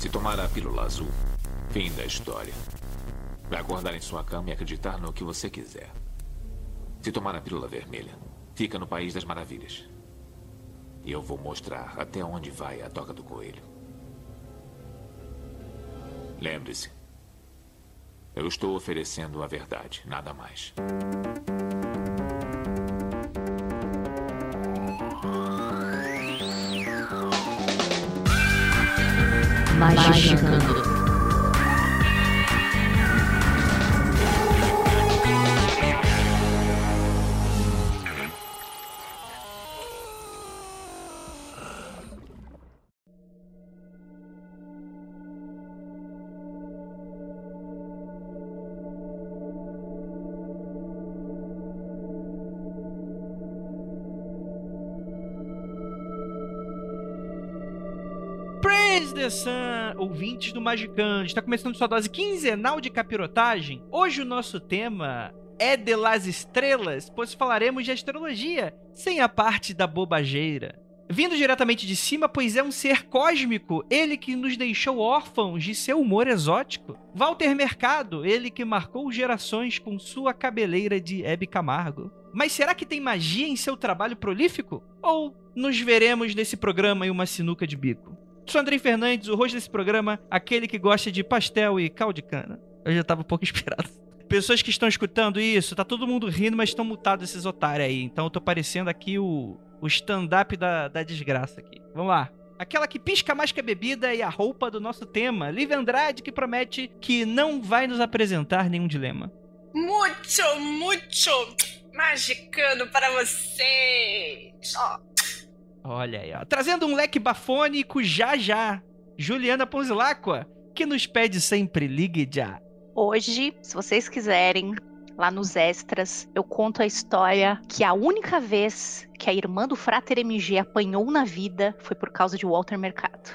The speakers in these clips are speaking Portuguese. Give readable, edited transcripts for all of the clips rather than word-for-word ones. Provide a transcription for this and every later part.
Se tomar a pílula azul, fim da história. Vai acordar em sua cama e acreditar no que você quiser. Se tomar a pílula vermelha, fica no País das Maravilhas. E eu vou mostrar até onde vai a toca do coelho. Lembre-se, eu estou oferecendo a verdade, nada mais. Magicando. Praise the Sun, ouvintes do Magicando, está começando sua dose quinzenal de capirotagem. Hoje o nosso tema é de las estrelas, pois falaremos de astrologia, sem a parte da bobageira. Vindo diretamente de cima, pois é um ser cósmico, ele que nos deixou órfãos de seu humor exótico. Walter Mercado, ele que marcou gerações com sua cabeleira de Hebe Camargo. Mas será que tem magia em seu trabalho prolífico? Ou nos veremos nesse programa em uma sinuca de bico? Sou Andrei Fernandes, o host desse programa, aquele que gosta de pastel e caldo de cana. Eu já tava um pouco inspirado. Pessoas que estão escutando isso, tá todo mundo rindo, mas estão mutados esses otários aí. Então eu tô parecendo aqui o stand-up da desgraça aqui. Vamos lá. Aquela que pisca mais que a bebida e a roupa do nosso tema. Lívia Andrade, que promete que não vai nos apresentar nenhum dilema. Muito magicando para vocês. Olha aí, ó. Trazendo um leque bafônico já. Juliana Ponzilacqua, que nos pede sempre ligue já. Hoje, se vocês quiserem, lá nos extras, eu conto a história que a única vez que a irmã do Frater MG apanhou na vida foi por causa de Walter Mercado.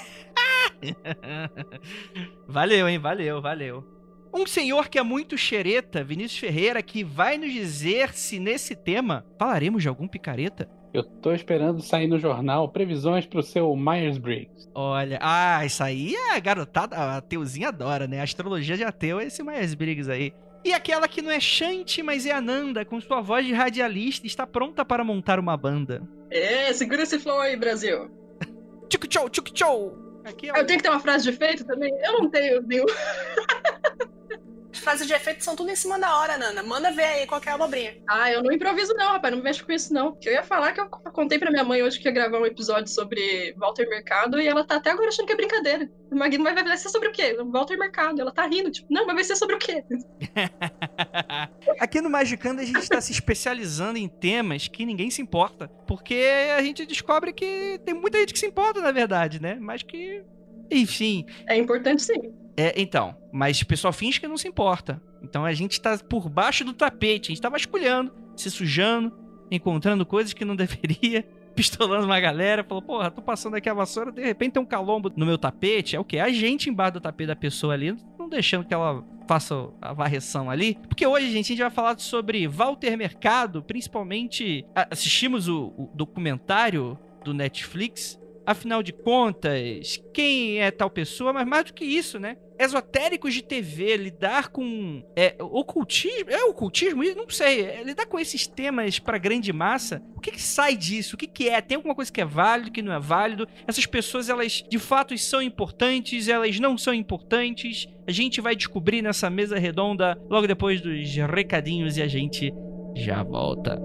Valeu, hein? Valeu. Um senhor que é muito xereta, Vinícius Ferreira, que vai nos dizer se nesse tema falaremos de algum picareta. Eu tô esperando sair no jornal previsões pro seu Myers-Briggs. Olha, isso aí é a garotada, a ateuzinha adora, né? A astrologia de ateu é esse Myers-Briggs aí. E aquela que não é Shanti, mas é Ananda, com sua voz de radialista, está pronta para montar uma banda. Segura esse flow aí, Brasil. Tchuk-tchou! Aqui é Eu tenho que ter uma frase de efeito também? Eu não tenho nenhum. As frases de efeito são tudo em cima da hora, Nana. Manda ver aí qualquer abobrinha. Eu não improviso não, rapaz. Não me mexo com isso não. Que eu ia falar que eu contei pra minha mãe hoje que ia gravar um episódio sobre Walter Mercado e ela tá até agora achando que é brincadeira. Mas vai ser sobre o quê? Walter Mercado. Ela tá rindo, tipo, não, mas vai ser sobre o quê? Aqui no Magicando a gente tá se especializando em temas que ninguém se importa. Porque a gente descobre que tem muita gente que se importa, na verdade, né? Mas que... Enfim. É importante sim. Então, mas o pessoal finge que não se importa. Então a gente tá por baixo do tapete, a gente tá vasculhando, se sujando, encontrando coisas que não deveria, pistolando uma galera, falou, porra, tô passando aqui a vassoura, de repente tem um calombo no meu tapete, é o quê? A gente embaixo do tapete da pessoa ali, não deixando que ela faça a varreção ali. Porque hoje, gente, a gente vai falar sobre Walter Mercado, principalmente assistimos o documentário do Netflix. Afinal de contas, quem é tal pessoa? Mas mais do que isso, né? Esotéricos de TV, lidar com ocultismo. É ocultismo? Não sei. Lidar com esses temas pra grande massa. O que sai disso? O que é? Tem alguma coisa que é válido, que não é válido? Essas pessoas, elas de fato são importantes? Elas não são importantes? A gente vai descobrir nessa mesa redonda logo depois dos recadinhos e a gente já volta.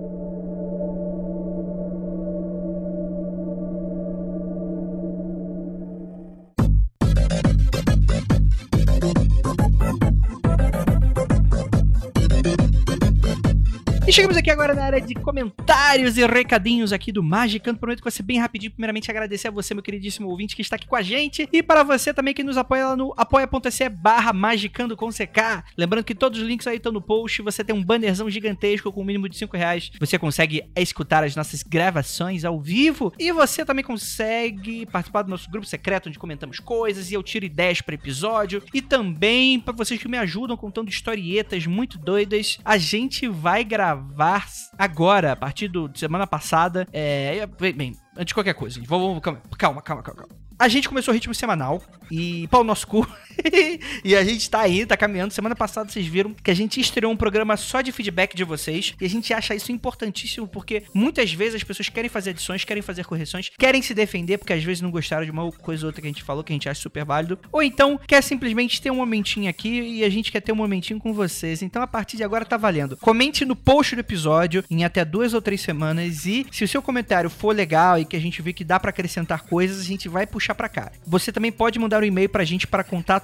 E chegamos aqui agora na área de comentários e recadinhos aqui do Magicando. Prometo que vai ser bem rapidinho. Primeiramente, agradecer a você, meu queridíssimo ouvinte, que está aqui com a gente. E para você também que nos apoia lá no apoia.se/magicando com CK. Lembrando que todos os links aí estão no post. Você tem um bannerzão gigantesco com o mínimo de R$5. Você consegue escutar as nossas gravações ao vivo. E você também consegue participar do nosso grupo secreto, onde comentamos coisas e eu tiro ideias para episódio. E também, para vocês que me ajudam contando historietas muito doidas, a gente vai gravar agora, a partir de semana passada. Bem, antes de qualquer coisa, calma. A gente começou o ritmo semanal e pau no nosso cu. E a gente tá aí, tá caminhando. Semana passada vocês viram que a gente estreou um programa só de feedback de vocês. E a gente acha isso importantíssimo porque muitas vezes as pessoas querem fazer adições, querem fazer correções, querem se defender porque às vezes não gostaram de uma coisa ou outra que a gente falou, que a gente acha super válido. Ou então quer simplesmente ter um momentinho aqui e a gente quer ter um momentinho com vocês. Então a partir de agora tá valendo. Comente no post do episódio em até 2 ou 3 semanas e se o seu comentário for legal e que a gente vê que dá pra acrescentar coisas, a gente vai puxar pra cá. Você também pode mandar um e-mail pra gente para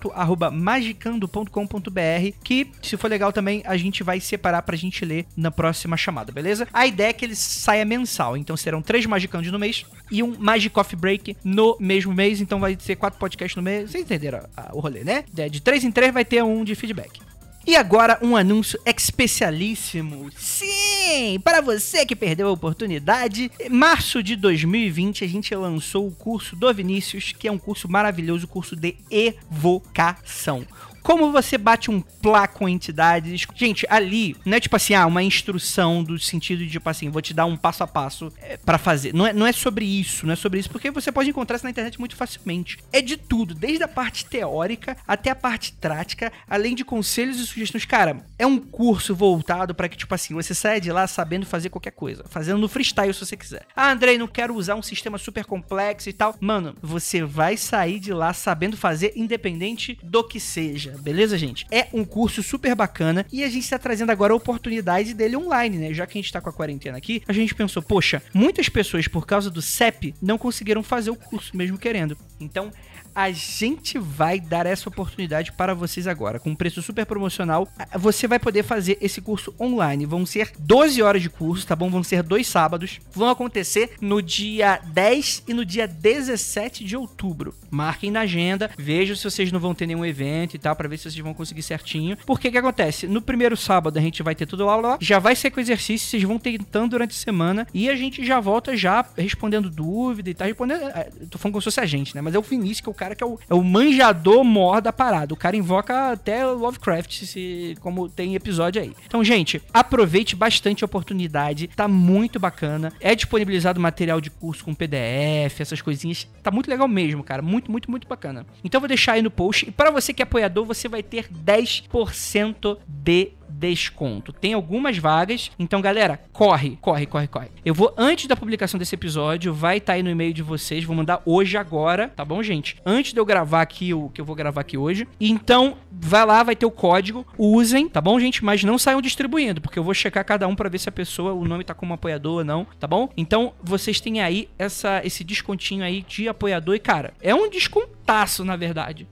contato@magicando.com.br que, se for legal também, a gente vai separar pra gente ler na próxima chamada, beleza? A ideia é que ele saia mensal, então serão 3 Magicandos no mês e um Magic Coffee Break no mesmo mês, então vai ser 4 podcasts no mês. Vocês entenderam o rolê, né? De 3 em 3 vai ter um de feedback. E agora um anúncio especialíssimo. Sim, para você que perdeu a oportunidade, em março de 2020 a gente lançou o curso do Vinícius, que é um curso maravilhoso, o curso de evocação. Como você bate um plá com entidades. Gente, ali não é tipo assim, uma instrução do sentido de tipo assim, vou te dar um passo a passo pra fazer. Não é sobre isso, porque você pode encontrar isso na internet muito facilmente. É de tudo, desde a parte teórica até a parte prática, além de conselhos e sugestões. Cara, é um curso voltado pra que, tipo assim, você saia de lá sabendo fazer qualquer coisa, fazendo no freestyle se você quiser. Andrei, não quero usar um sistema super complexo e tal. Mano, você vai sair de lá sabendo fazer independente do que seja. Beleza, gente? É um curso super bacana e a gente tá trazendo agora a oportunidade dele online, né? Já que a gente tá com a quarentena aqui, a gente pensou, poxa, muitas pessoas por causa do CEP não conseguiram fazer o curso mesmo querendo. Então, a gente vai dar essa oportunidade para vocês agora. Com um preço super promocional, você vai poder fazer esse curso online. Vão ser 12 horas de curso, tá bom? Vão ser 2 sábados. Vão acontecer no dia 10 e no dia 17 de outubro. Marquem na agenda, vejam se vocês não vão ter nenhum evento e tal, para ver se vocês vão conseguir certinho. Porque que acontece? No primeiro sábado a gente vai ter tudo lá, já vai ser com exercício, vocês vão tentando durante a semana e a gente já volta já respondendo dúvida e tal. Tô falando como se fosse a gente, né? Mas é o Vinícius, que é o cara que é o manjador maior da parada. O cara invoca até Lovecraft, como tem episódio aí. Então, gente, aproveite bastante a oportunidade. Tá muito bacana. É disponibilizado material de curso com PDF, essas coisinhas. Tá muito legal mesmo, cara. Muito, muito, muito bacana. Então, eu vou deixar aí no post. E para você que é apoiador, você vai ter 10% de desconto. Tem algumas vagas, então galera, corre. Eu vou, antes da publicação desse episódio, vai estar aí no e-mail de vocês, vou mandar hoje agora, tá bom, gente? Antes de eu gravar aqui o que eu vou gravar aqui hoje. Então, vai lá, vai ter o código, usem, tá bom, gente? Mas não saiam distribuindo, porque eu vou checar cada um pra ver se a pessoa, o nome tá como apoiador ou não, tá bom? Então, vocês têm aí esse descontinho aí de apoiador e, cara, é um descontaço, na verdade.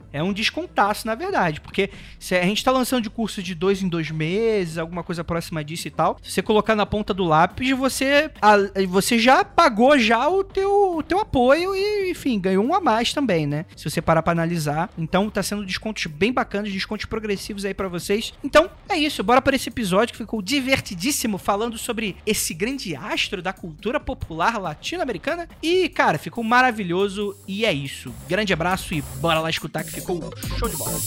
Porque se a gente tá lançando de curso de 2 em 2 meses, alguma coisa próxima disso e tal, se você colocar na ponta do lápis, você já pagou já o teu apoio e, enfim, ganhou um a mais também, né? Se você parar pra analisar. Então, tá sendo descontos bem bacanas, descontos progressivos aí pra vocês. Então, é isso. Bora para esse episódio que ficou divertidíssimo, falando sobre esse grande astro da cultura popular latino-americana. E, cara, ficou maravilhoso e é isso. Grande abraço e bora lá escutar que ficou show de bola.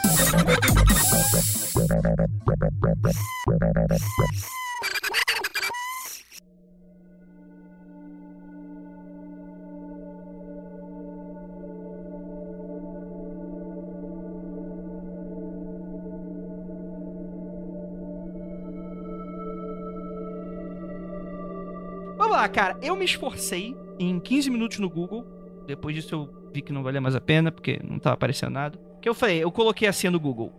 Vamos lá, cara. Eu me esforcei em 15 minutos no Google. Depois disso eu vi que não valia mais a pena, porque não tava aparecendo nada. Que eu falei, eu coloquei assim no Google,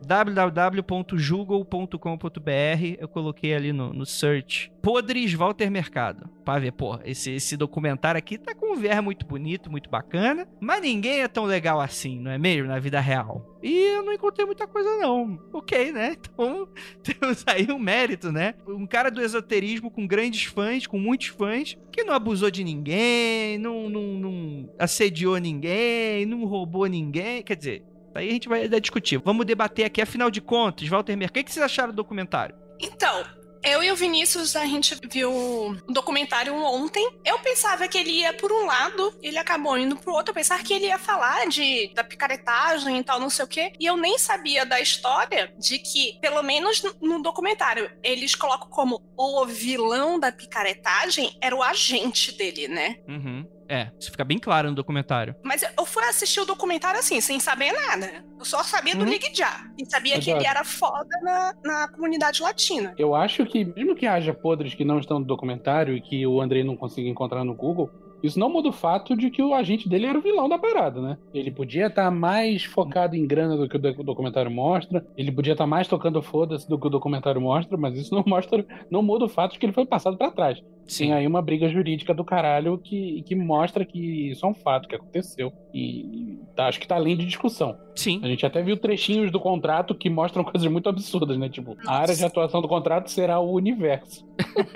www.jugo.com.br, eu coloquei ali no search, Podres Walter Mercado, pra ver, pô, esse documentário aqui tá com um VR muito bonito, muito bacana, mas ninguém é tão legal assim, não é mesmo, na vida real. E eu não encontrei muita coisa não, ok, né, então temos aí um mérito, né, um cara do esoterismo com grandes fãs, com muitos fãs, que não abusou de ninguém, não assediou ninguém, não roubou ninguém, quer dizer... Aí a gente vai discutir. Vamos debater aqui, afinal de contas, Walter Mercado, o que vocês acharam do documentário? Então, eu e o Vinícius, a gente viu o documentário ontem. Eu pensava que ele ia por um lado, ele acabou indo pro outro. Eu pensava que ele ia falar da picaretagem e tal, não sei o quê. E eu nem sabia da história de que, pelo menos no documentário, eles colocam como o vilão da picaretagem era o agente dele, né? Uhum. Isso fica bem claro no documentário. Mas eu fui assistir o documentário assim, sem saber nada. Eu só sabia do Lig Já. E sabia que ele era foda na comunidade latina. Eu acho que, mesmo que haja podres que não estão no documentário e que o Andrei não consiga encontrar no Google, isso não muda o fato de que o agente dele era o vilão da parada, né? Ele podia estar mais focado em grana do que o documentário mostra, ele podia estar mais tocando foda-se do que o documentário mostra, mas isso não muda o fato de que ele foi passado pra trás. Sim. Tem aí uma briga jurídica do caralho que mostra que isso é um fato que aconteceu. E acho que tá além de discussão. Sim. A gente até viu trechinhos do contrato que mostram coisas muito absurdas, né? Tipo, a área de atuação do contrato será o universo.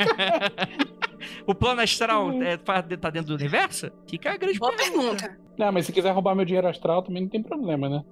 O plano astral tá dentro do universo? Fica a grande Boa pergunta. Não, mas se quiser roubar meu dinheiro astral também não tem problema, né?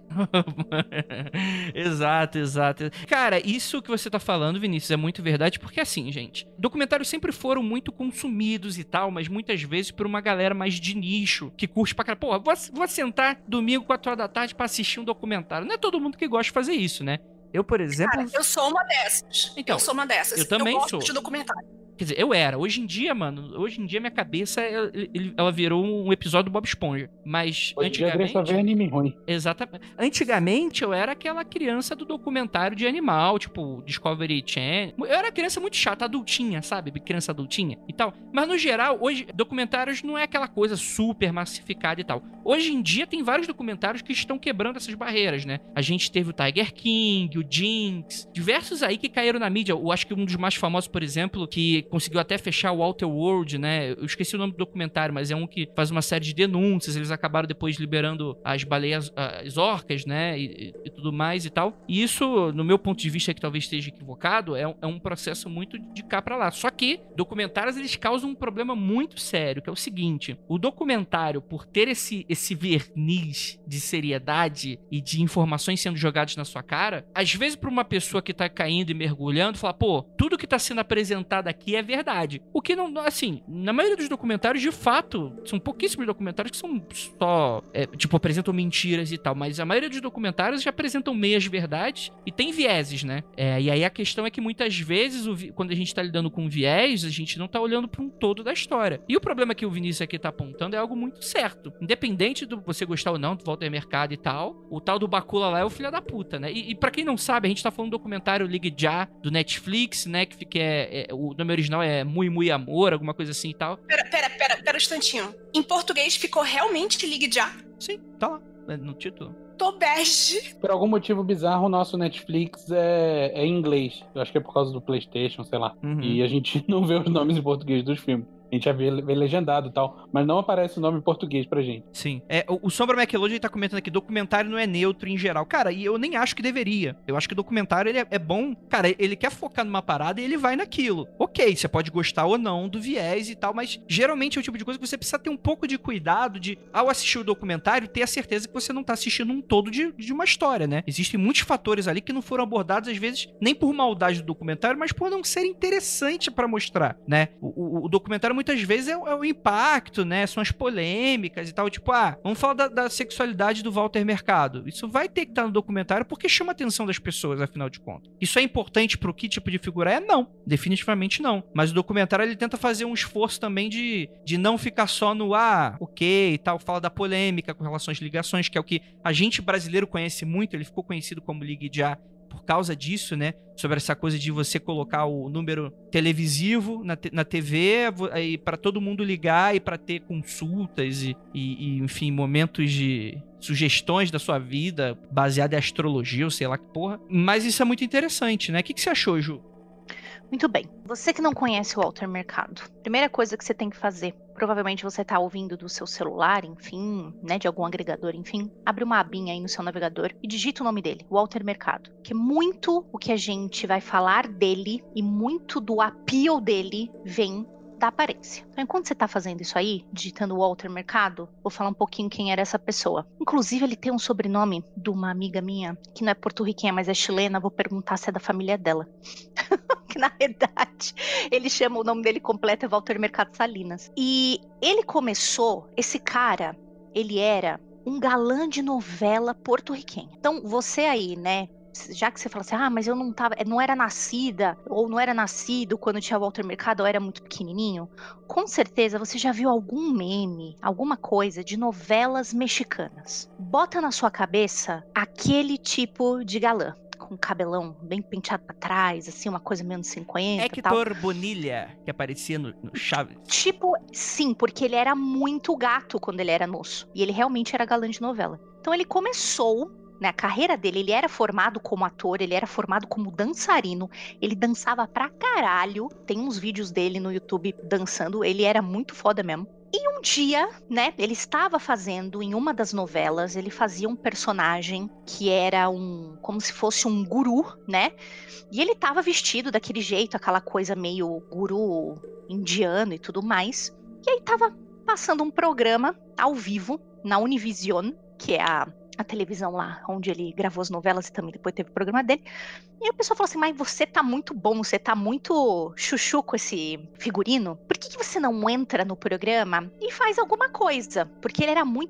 Exato. Cara, isso que você tá falando, Vinícius, é muito verdade, porque assim, gente, documentários sempre foram muito consumidos e tal, mas muitas vezes por uma galera mais de nicho, que curte pra caralho. Porra, vou sentar domingo, 4 horas da tarde pra assistir um documentário. Não é todo mundo que gosta de fazer isso, né? Eu, por exemplo... Cara, eu sou uma dessas. Então, eu sou uma dessas. Eu também gosto sou. de documentário. Quer dizer, eu era. Hoje em dia, mano, minha cabeça, ela virou um episódio do Bob Esponja. Mas Hoje antigamente... só ver anime ruim. Exatamente. Antigamente, eu era aquela criança do documentário de animal, tipo, Discovery Channel. Eu era criança muito chata, adultinha, sabe? Criança adultinha e tal. Mas, no geral, hoje, documentários não é aquela coisa super massificada e tal. Hoje em dia, tem vários documentários que estão quebrando essas barreiras, né? A gente teve o Tiger King, o Jinx, diversos aí que caíram na mídia. Eu acho que um dos mais famosos, por exemplo, que conseguiu até fechar o Outer World, né? Eu esqueci o nome do documentário, mas é um que faz uma série de denúncias. Eles acabaram depois liberando as baleias, as orcas, né? E tudo mais e tal. E isso, no meu ponto de vista, que talvez esteja equivocado, é um processo muito de cá pra lá. Só que documentários, eles causam um problema muito sério, que é o seguinte: o documentário, por ter esse verniz de seriedade e de informações sendo jogadas na sua cara, às vezes pra uma pessoa que tá caindo e mergulhando, fala, pô, tudo que tá sendo apresentado aqui é verdade. O que não, assim, na maioria dos documentários, de fato, são pouquíssimos documentários que são só, tipo, apresentam mentiras e tal, mas a maioria dos documentários já apresentam meias verdades e tem vieses, né? E aí a questão é que muitas vezes, quando a gente tá lidando com viés, a gente não tá olhando para um todo da história. E o problema que o Vinícius aqui tá apontando é algo muito certo. Independente do você gostar ou não do Walter Mercado e tal, o tal do Bakula lá é o filho da puta, né? E pra quem não sabe, a gente tá falando do documentário Lig Já, do Netflix, né? Que o nome original é Muy Muy Amor, alguma coisa assim e tal. Pera um instantinho. Em português ficou realmente Lig Já? Sim, tá lá, no título. Tô bege. Por algum motivo bizarro, o nosso Netflix é em inglês. Eu acho que é por causa do PlayStation, sei lá. Uhum. E a gente não vê os nomes em português dos filmes. A gente já vê legendado e tal, mas não aparece o nome em português pra gente. Sim. O Sombra McLeod tá comentando aqui, documentário não é neutro em geral. Cara, e eu nem acho que deveria. Eu acho que o documentário, ele é bom. Cara, ele quer focar numa parada e ele vai naquilo. Ok, você pode gostar ou não do viés e tal, mas geralmente é o tipo de coisa que você precisa ter um pouco de cuidado de, ao assistir o documentário, ter a certeza que você não tá assistindo um todo de uma história, né? Existem muitos fatores ali que não foram abordados, às vezes, nem por maldade do documentário, mas por não ser interessante pra mostrar, né? O documentário, muitas vezes, é o impacto, né? São as polêmicas e tal. Tipo, vamos falar da sexualidade do Walter Mercado. Isso vai ter que estar no documentário porque chama a atenção das pessoas, afinal de contas. Isso é importante pro que tipo de figura é? Não. Definitivamente não. Mas o documentário, ele tenta fazer um esforço também de não ficar só no ok e tal. Fala da polêmica com relação às ligações, que é o que a gente brasileiro conhece muito. Ele ficou conhecido como Lig Já por causa disso, né? Sobre essa coisa de você colocar o número televisivo na TV aí para todo mundo ligar e para ter consultas e, enfim, momentos de sugestões da sua vida baseada em astrologia ou sei lá que porra. Mas isso é muito interessante, né? O que você achou, Ju? Muito bem. Você que não conhece o Walter Mercado, primeira coisa que você tem que fazer, provavelmente você tá ouvindo do seu celular, enfim, né, de algum agregador, enfim, abre uma abinha aí no seu navegador e digita o nome dele, Walter Mercado. Que muito o que a gente vai falar dele e muito do appeal dele vem da aparência. Então, enquanto você tá fazendo isso aí, digitando Walter Mercado, vou falar um pouquinho quem era essa pessoa. Inclusive, ele tem um sobrenome de uma amiga minha, que não é porto-riquenha, mas é chilena, vou perguntar se é da família dela. Que, na verdade, ele chama, o nome dele completo é Walter Mercado Salinas. E ele começou, esse cara, ele era um galã de novela porto-riquenha. Então, você aí, né, já que você fala assim, mas eu não era nascida, ou não era nascido quando tinha Walter Mercado, ou era muito pequenininho, com certeza você já viu algum meme, alguma coisa de novelas mexicanas. Bota na sua cabeça aquele tipo de galã, com cabelão bem penteado pra trás, assim, uma coisa menos 50 e tal. Hector Bonilha, que aparecia no Chaves. Tipo, sim, porque ele era muito gato quando ele era moço. E ele realmente era galã de novela. Então ele começou, né, a carreira dele, ele era formado como ator, ele era formado como dançarino, ele dançava pra caralho. Tem uns vídeos dele no YouTube dançando, ele era muito foda mesmo. E um dia, né, ele estava fazendo, em uma das novelas, ele fazia um personagem que era como se fosse um guru, né? E ele estava vestido daquele jeito, aquela coisa meio guru indiano e tudo mais. E aí tava passando um programa ao vivo na Univision, que é a televisão lá, onde ele gravou as novelas e também depois teve o programa dele. E a pessoa falou assim, mas você tá muito bom, você tá muito chuchu com esse figurino. Por que você não entra no programa e faz alguma coisa? Porque ele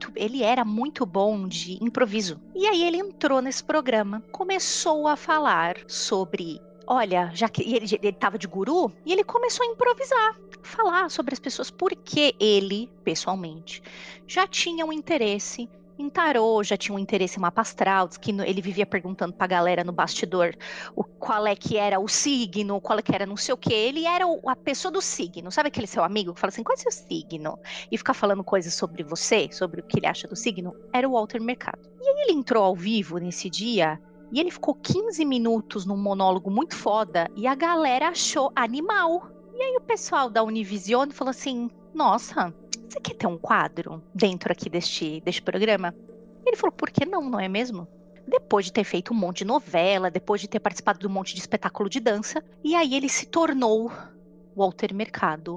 era muito bom de improviso. E aí ele entrou nesse programa, começou a falar sobre... Olha, já que ele tava de guru, e ele começou a improvisar, falar sobre as pessoas, porque ele, pessoalmente, já tinha um interesse em tarô, já tinha um interesse em mapa astral, que ele vivia perguntando pra galera no bastidor qual é que era o signo, qual é que era não sei o que. Ele era a pessoa do signo, sabe aquele seu amigo que fala assim, qual é o seu signo? E fica falando coisas sobre você, sobre o que ele acha do signo. Era o Walter Mercado. E aí ele entrou ao vivo nesse dia, e ele ficou 15 minutos num monólogo muito foda, e a galera achou animal. E aí o pessoal da Univision falou assim, nossa, você quer ter um quadro dentro aqui deste programa? Ele falou, por que não, não é mesmo? Depois de ter feito um monte de novela, depois de ter participado de um monte de espetáculo de dança, e aí ele se tornou Walter Mercado.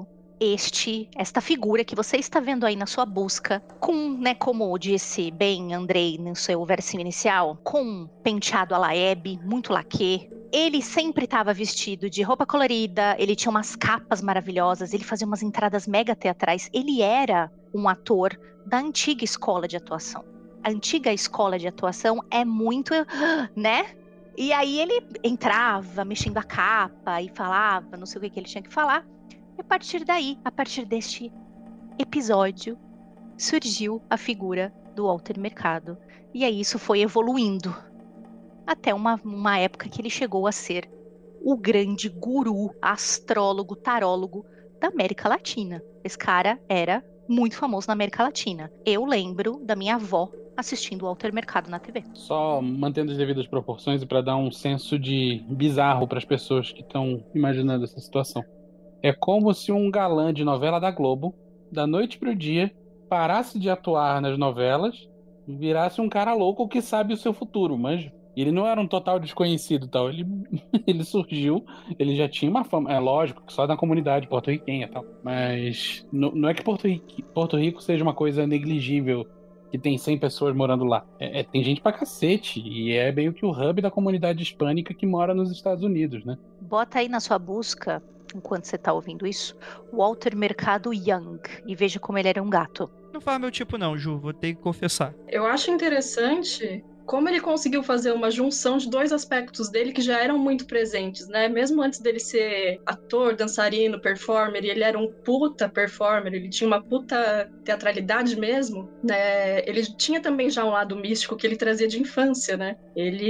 Esta figura que você está vendo aí na sua busca, com, né, como disse bem Andrei no seu versinho inicial, com um penteado à la Hebe, muito laquê. Ele sempre estava vestido de roupa colorida, ele tinha umas capas maravilhosas, ele fazia umas entradas mega teatrais. Ele era um ator da antiga escola de atuação. A antiga escola de atuação é muito, né? E aí ele entrava mexendo a capa e falava, não sei o que ele tinha que falar. E a partir daí, a partir deste episódio, surgiu a figura do Walter Mercado. E aí isso foi evoluindo até uma época que ele chegou a ser o grande guru, astrólogo, tarólogo da América Latina. Esse cara era muito famoso na América Latina. Eu lembro da minha avó assistindo o Walter Mercado na TV. Só mantendo as devidas proporções e para dar um senso de bizarro para as pessoas que estão imaginando essa situação. É como se um galã de novela da Globo, da noite pro dia, parasse de atuar nas novelas e virasse um cara louco que sabe o seu futuro, manja. Ele não era um total desconhecido, tal. Ele surgiu, ele já tinha uma fama, é lógico, só na comunidade porto-riquenha, tal. Mas não é que Porto Rico seja uma coisa negligível, que tem 100 pessoas morando lá. Tem gente pra cacete, e é meio que o hub da comunidade hispânica que mora nos Estados Unidos, né? Bota aí na sua busca, enquanto você tá ouvindo isso, Walter Mercado Young, e veja como ele era um gato. Não faz meu tipo não, Ju, vou ter que confessar. Eu acho interessante como ele conseguiu fazer uma junção de dois aspectos dele que já eram muito presentes, né? Mesmo antes dele ser ator, dançarino, performer, ele era um puta performer, ele tinha uma puta teatralidade mesmo, né? Ele tinha também já um lado místico que ele trazia de infância, né?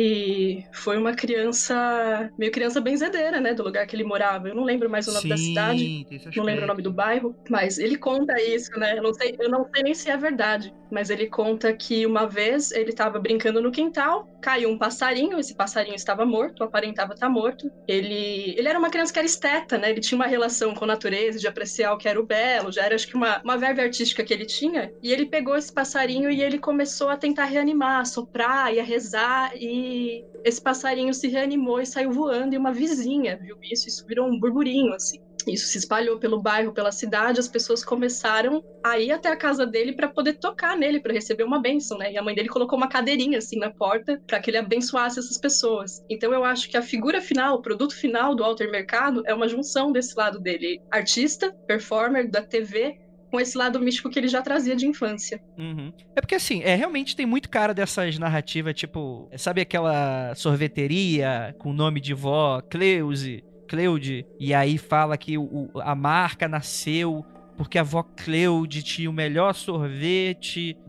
Ele foi uma criança, meio criança benzedeira, né? Do lugar que ele morava. Eu não lembro mais o nome da cidade, não lembro o nome do bairro, mas ele conta isso, né? Eu não sei nem se é verdade, mas ele conta que uma vez ele tava brincando no quintal, caiu um passarinho, esse passarinho estava morto, aparentava estar morto. Ele era uma criança que era esteta, né? Ele tinha uma relação com a natureza, de apreciar o que era o belo, já era acho que uma verve artística que ele tinha, e ele pegou esse passarinho e ele começou a tentar reanimar, a soprar e a rezar, e esse passarinho se reanimou e saiu voando, e uma vizinha viu isso virou um burburinho, assim. Isso se espalhou pelo bairro, pela cidade, as pessoas começaram a ir até a casa dele para poder tocar nele, para receber uma bênção, né? E a mãe dele colocou uma cadeirinha assim na porta para que ele abençoasse essas pessoas. Então eu acho que a figura final, o produto final do Walter Mercado é uma junção desse lado dele, artista, performer da TV, com com esse lado místico que ele já trazia de infância. Uhum. É porque, assim, realmente tem muito cara dessas narrativas, tipo... Sabe aquela sorveteria com o nome de vó, Cleude? E aí fala que a marca nasceu porque a vó Cleude tinha o melhor sorvete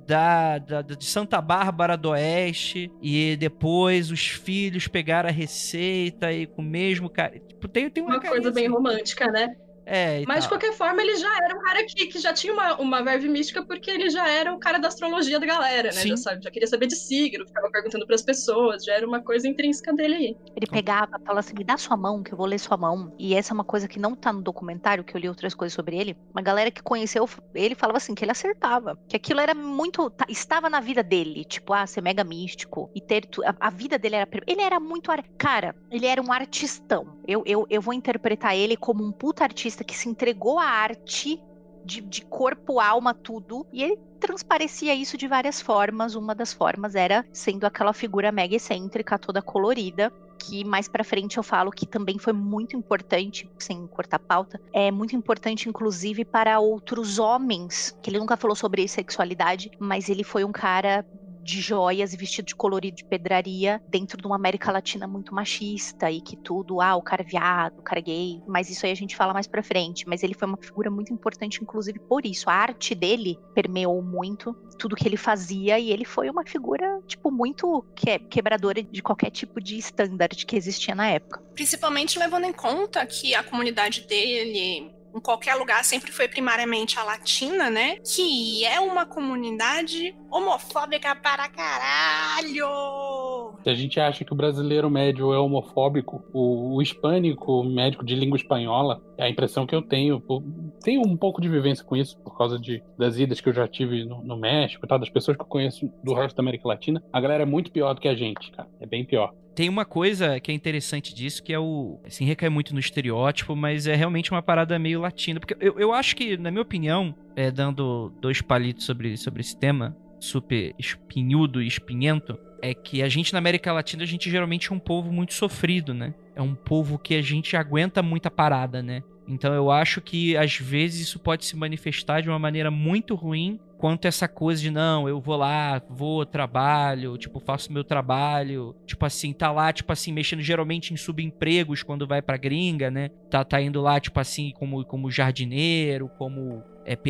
de Santa Bárbara do Oeste, e depois os filhos pegaram a receita e com o mesmo cara... Tipo, tem uma coisa bem romântica, né? Mas de qualquer forma, ele já era um cara que já tinha uma verve mística, porque ele já era o cara da astrologia da galera, né? Já queria saber de signo, ficava perguntando pras pessoas, já era uma coisa intrínseca dele aí. Ele pegava, falava assim, me dá sua mão, que eu vou ler sua mão. E essa é uma coisa que não tá no documentário, que eu li outras coisas sobre ele. Uma galera que conheceu ele falava assim, que ele acertava. Que aquilo era muito... estava na vida dele, tipo, ser mega místico. E ter... A vida dele era... Ele era muito... Cara, ele era um artistão. Eu vou interpretar ele como um puta artista que se entregou à arte de corpo, alma, tudo, e ele transparecia isso de várias formas. Uma das formas era sendo aquela figura mega excêntrica, toda colorida, que mais pra frente eu falo que também foi muito importante, sem cortar pauta, é muito importante inclusive para outros homens, que ele nunca falou sobre sexualidade, mas ele foi um cara de joias e vestido de colorido de pedraria dentro de uma América Latina muito machista e que tudo, o cara é viado, o cara é gay, mas isso aí a gente fala mais pra frente. Mas ele foi uma figura muito importante, inclusive por isso. A arte dele permeou muito tudo que ele fazia e ele foi uma figura, tipo, muito quebradora de qualquer tipo de standard que existia na época. Principalmente levando em conta que a comunidade dele... em qualquer lugar, sempre foi primariamente a latina, né? Que é uma comunidade homofóbica para caralho! Se a gente acha que o brasileiro médio é homofóbico, o hispânico, médico de língua espanhola, é a impressão que eu tenho. Tenho um pouco de vivência com isso, por causa das idas que eu já tive no México e tal, das pessoas que eu conheço do resto da América Latina. A galera é muito pior do que a gente, cara. É bem pior. Tem uma coisa que é interessante disso, que é assim, recai muito no estereótipo, mas é realmente uma parada meio latina. Porque eu acho que, na minha opinião, dando 2 palitos sobre esse tema, super espinhudo e espinhento, é que a gente na América Latina, a gente geralmente é um povo muito sofrido, né? É um povo que a gente aguenta muita parada, né? Então eu acho que às vezes isso pode se manifestar de uma maneira muito ruim, quanto essa coisa de não, eu vou lá, trabalho, tipo, faço meu trabalho, tipo assim, tá lá, tipo assim, mexendo geralmente em subempregos quando vai pra gringa, né? Tá indo lá, tipo assim, como jardineiro, como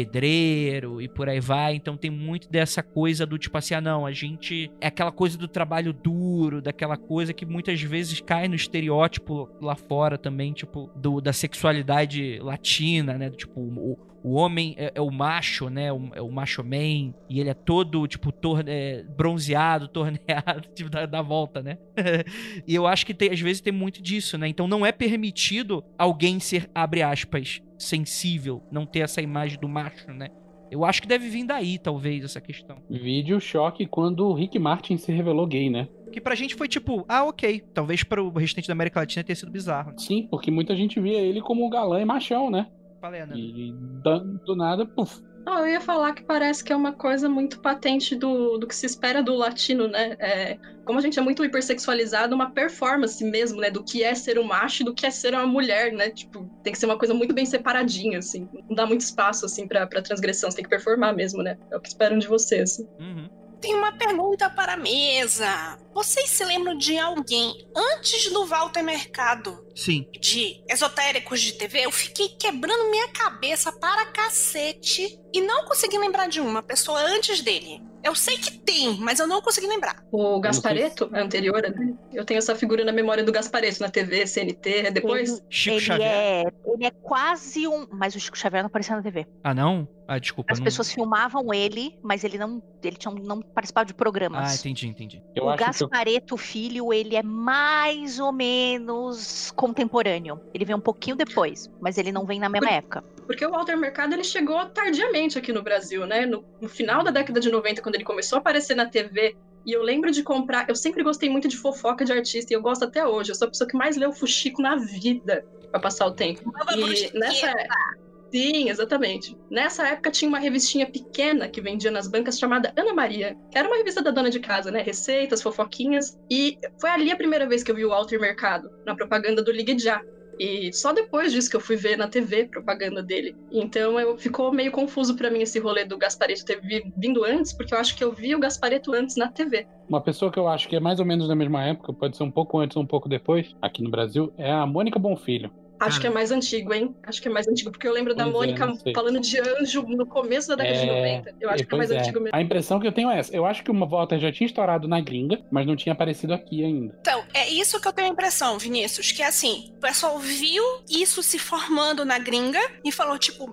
pedreiro e por aí vai. Então tem muito dessa coisa do tipo assim, não, a gente... É aquela coisa do trabalho duro, daquela coisa que muitas vezes cai no estereótipo lá fora também, tipo, da sexualidade latina, né? Tipo, o homem é o macho, né? É o macho man. E ele é todo, tipo, bronzeado, torneado, tipo, da volta, né? E eu acho que às vezes tem muito disso, né? Então não é permitido alguém ser, abre aspas, sensível, não ter essa imagem do macho, né? Eu acho que deve vir daí, talvez, essa questão. Vídeo choque quando o Rick Martin se revelou gay, né? Que pra gente foi tipo, ok. Talvez para o restante da América Latina tenha sido bizarro. Sim, porque muita gente via ele como galã e machão, né? Falei, né? E do nada, puf. Eu ia falar que parece que é uma coisa muito patente do que se espera do latino, né? Como a gente é muito hipersexualizado, uma performance mesmo, né? Do que é ser um macho e do que é ser uma mulher, né? Tipo, tem que ser uma coisa muito bem separadinha, assim. Não dá muito espaço, assim, pra transgressão. Você tem que performar mesmo, né? É o que esperam de você, assim. Uhum. Tem uma pergunta para a mesa. Vocês se lembram de alguém antes do Walter Mercado? Sim. De esotéricos de TV? Eu fiquei quebrando minha cabeça para cacete e não consegui lembrar de uma pessoa antes dele. Eu sei que tem, mas eu não consegui lembrar. O Gasparetto é anterior, né? Eu tenho essa figura na memória do Gasparetto na TV, CNT, depois... Chico Xavier. Ele é quase um... Mas o Chico Xavier não aparecia na TV. Ah, não? Ah, desculpa. As pessoas filmavam ele, mas ele não participava de programas. Ah, entendi. O Gasparetto Filho, ele é mais ou menos contemporâneo. Ele vem um pouquinho depois, mas ele não vem na mesma época. Porque o Walter Mercado, ele chegou tardiamente aqui no Brasil, né? No final da década de 90, quando ele começou a aparecer na TV, e eu lembro de comprar... Eu sempre gostei muito de fofoca de artista, e eu gosto até hoje. Eu sou a pessoa que mais leu Fuxico na vida, pra passar o tempo. Sim, exatamente. Nessa época tinha uma revistinha pequena que vendia nas bancas chamada Ana Maria, que era uma revista da dona de casa, né? Receitas, fofoquinhas. E foi ali a primeira vez que eu vi o Walter Mercado, na propaganda do Ligue Já. E só depois disso que eu fui ver na TV propaganda dele. Então ficou meio confuso pra mim esse rolê do Gasparetto ter vindo antes, porque eu acho que eu vi o Gasparetto antes na TV. Uma pessoa que eu acho que é mais ou menos da mesma época, pode ser um pouco antes ou um pouco depois, aqui no Brasil, é a Mônica Bonfilho. Acho que é mais antigo, hein? Acho que é mais antigo, porque eu lembro da Mônica falando de anjo no começo da década de 90. Eu acho que é mais antigo mesmo. A impressão que eu tenho é essa. Eu acho que o Walter já tinha estourado na gringa, mas não tinha aparecido aqui ainda. Então, é isso que eu tenho a impressão, Vinícius, que assim, o pessoal viu isso se formando na gringa e falou, tipo,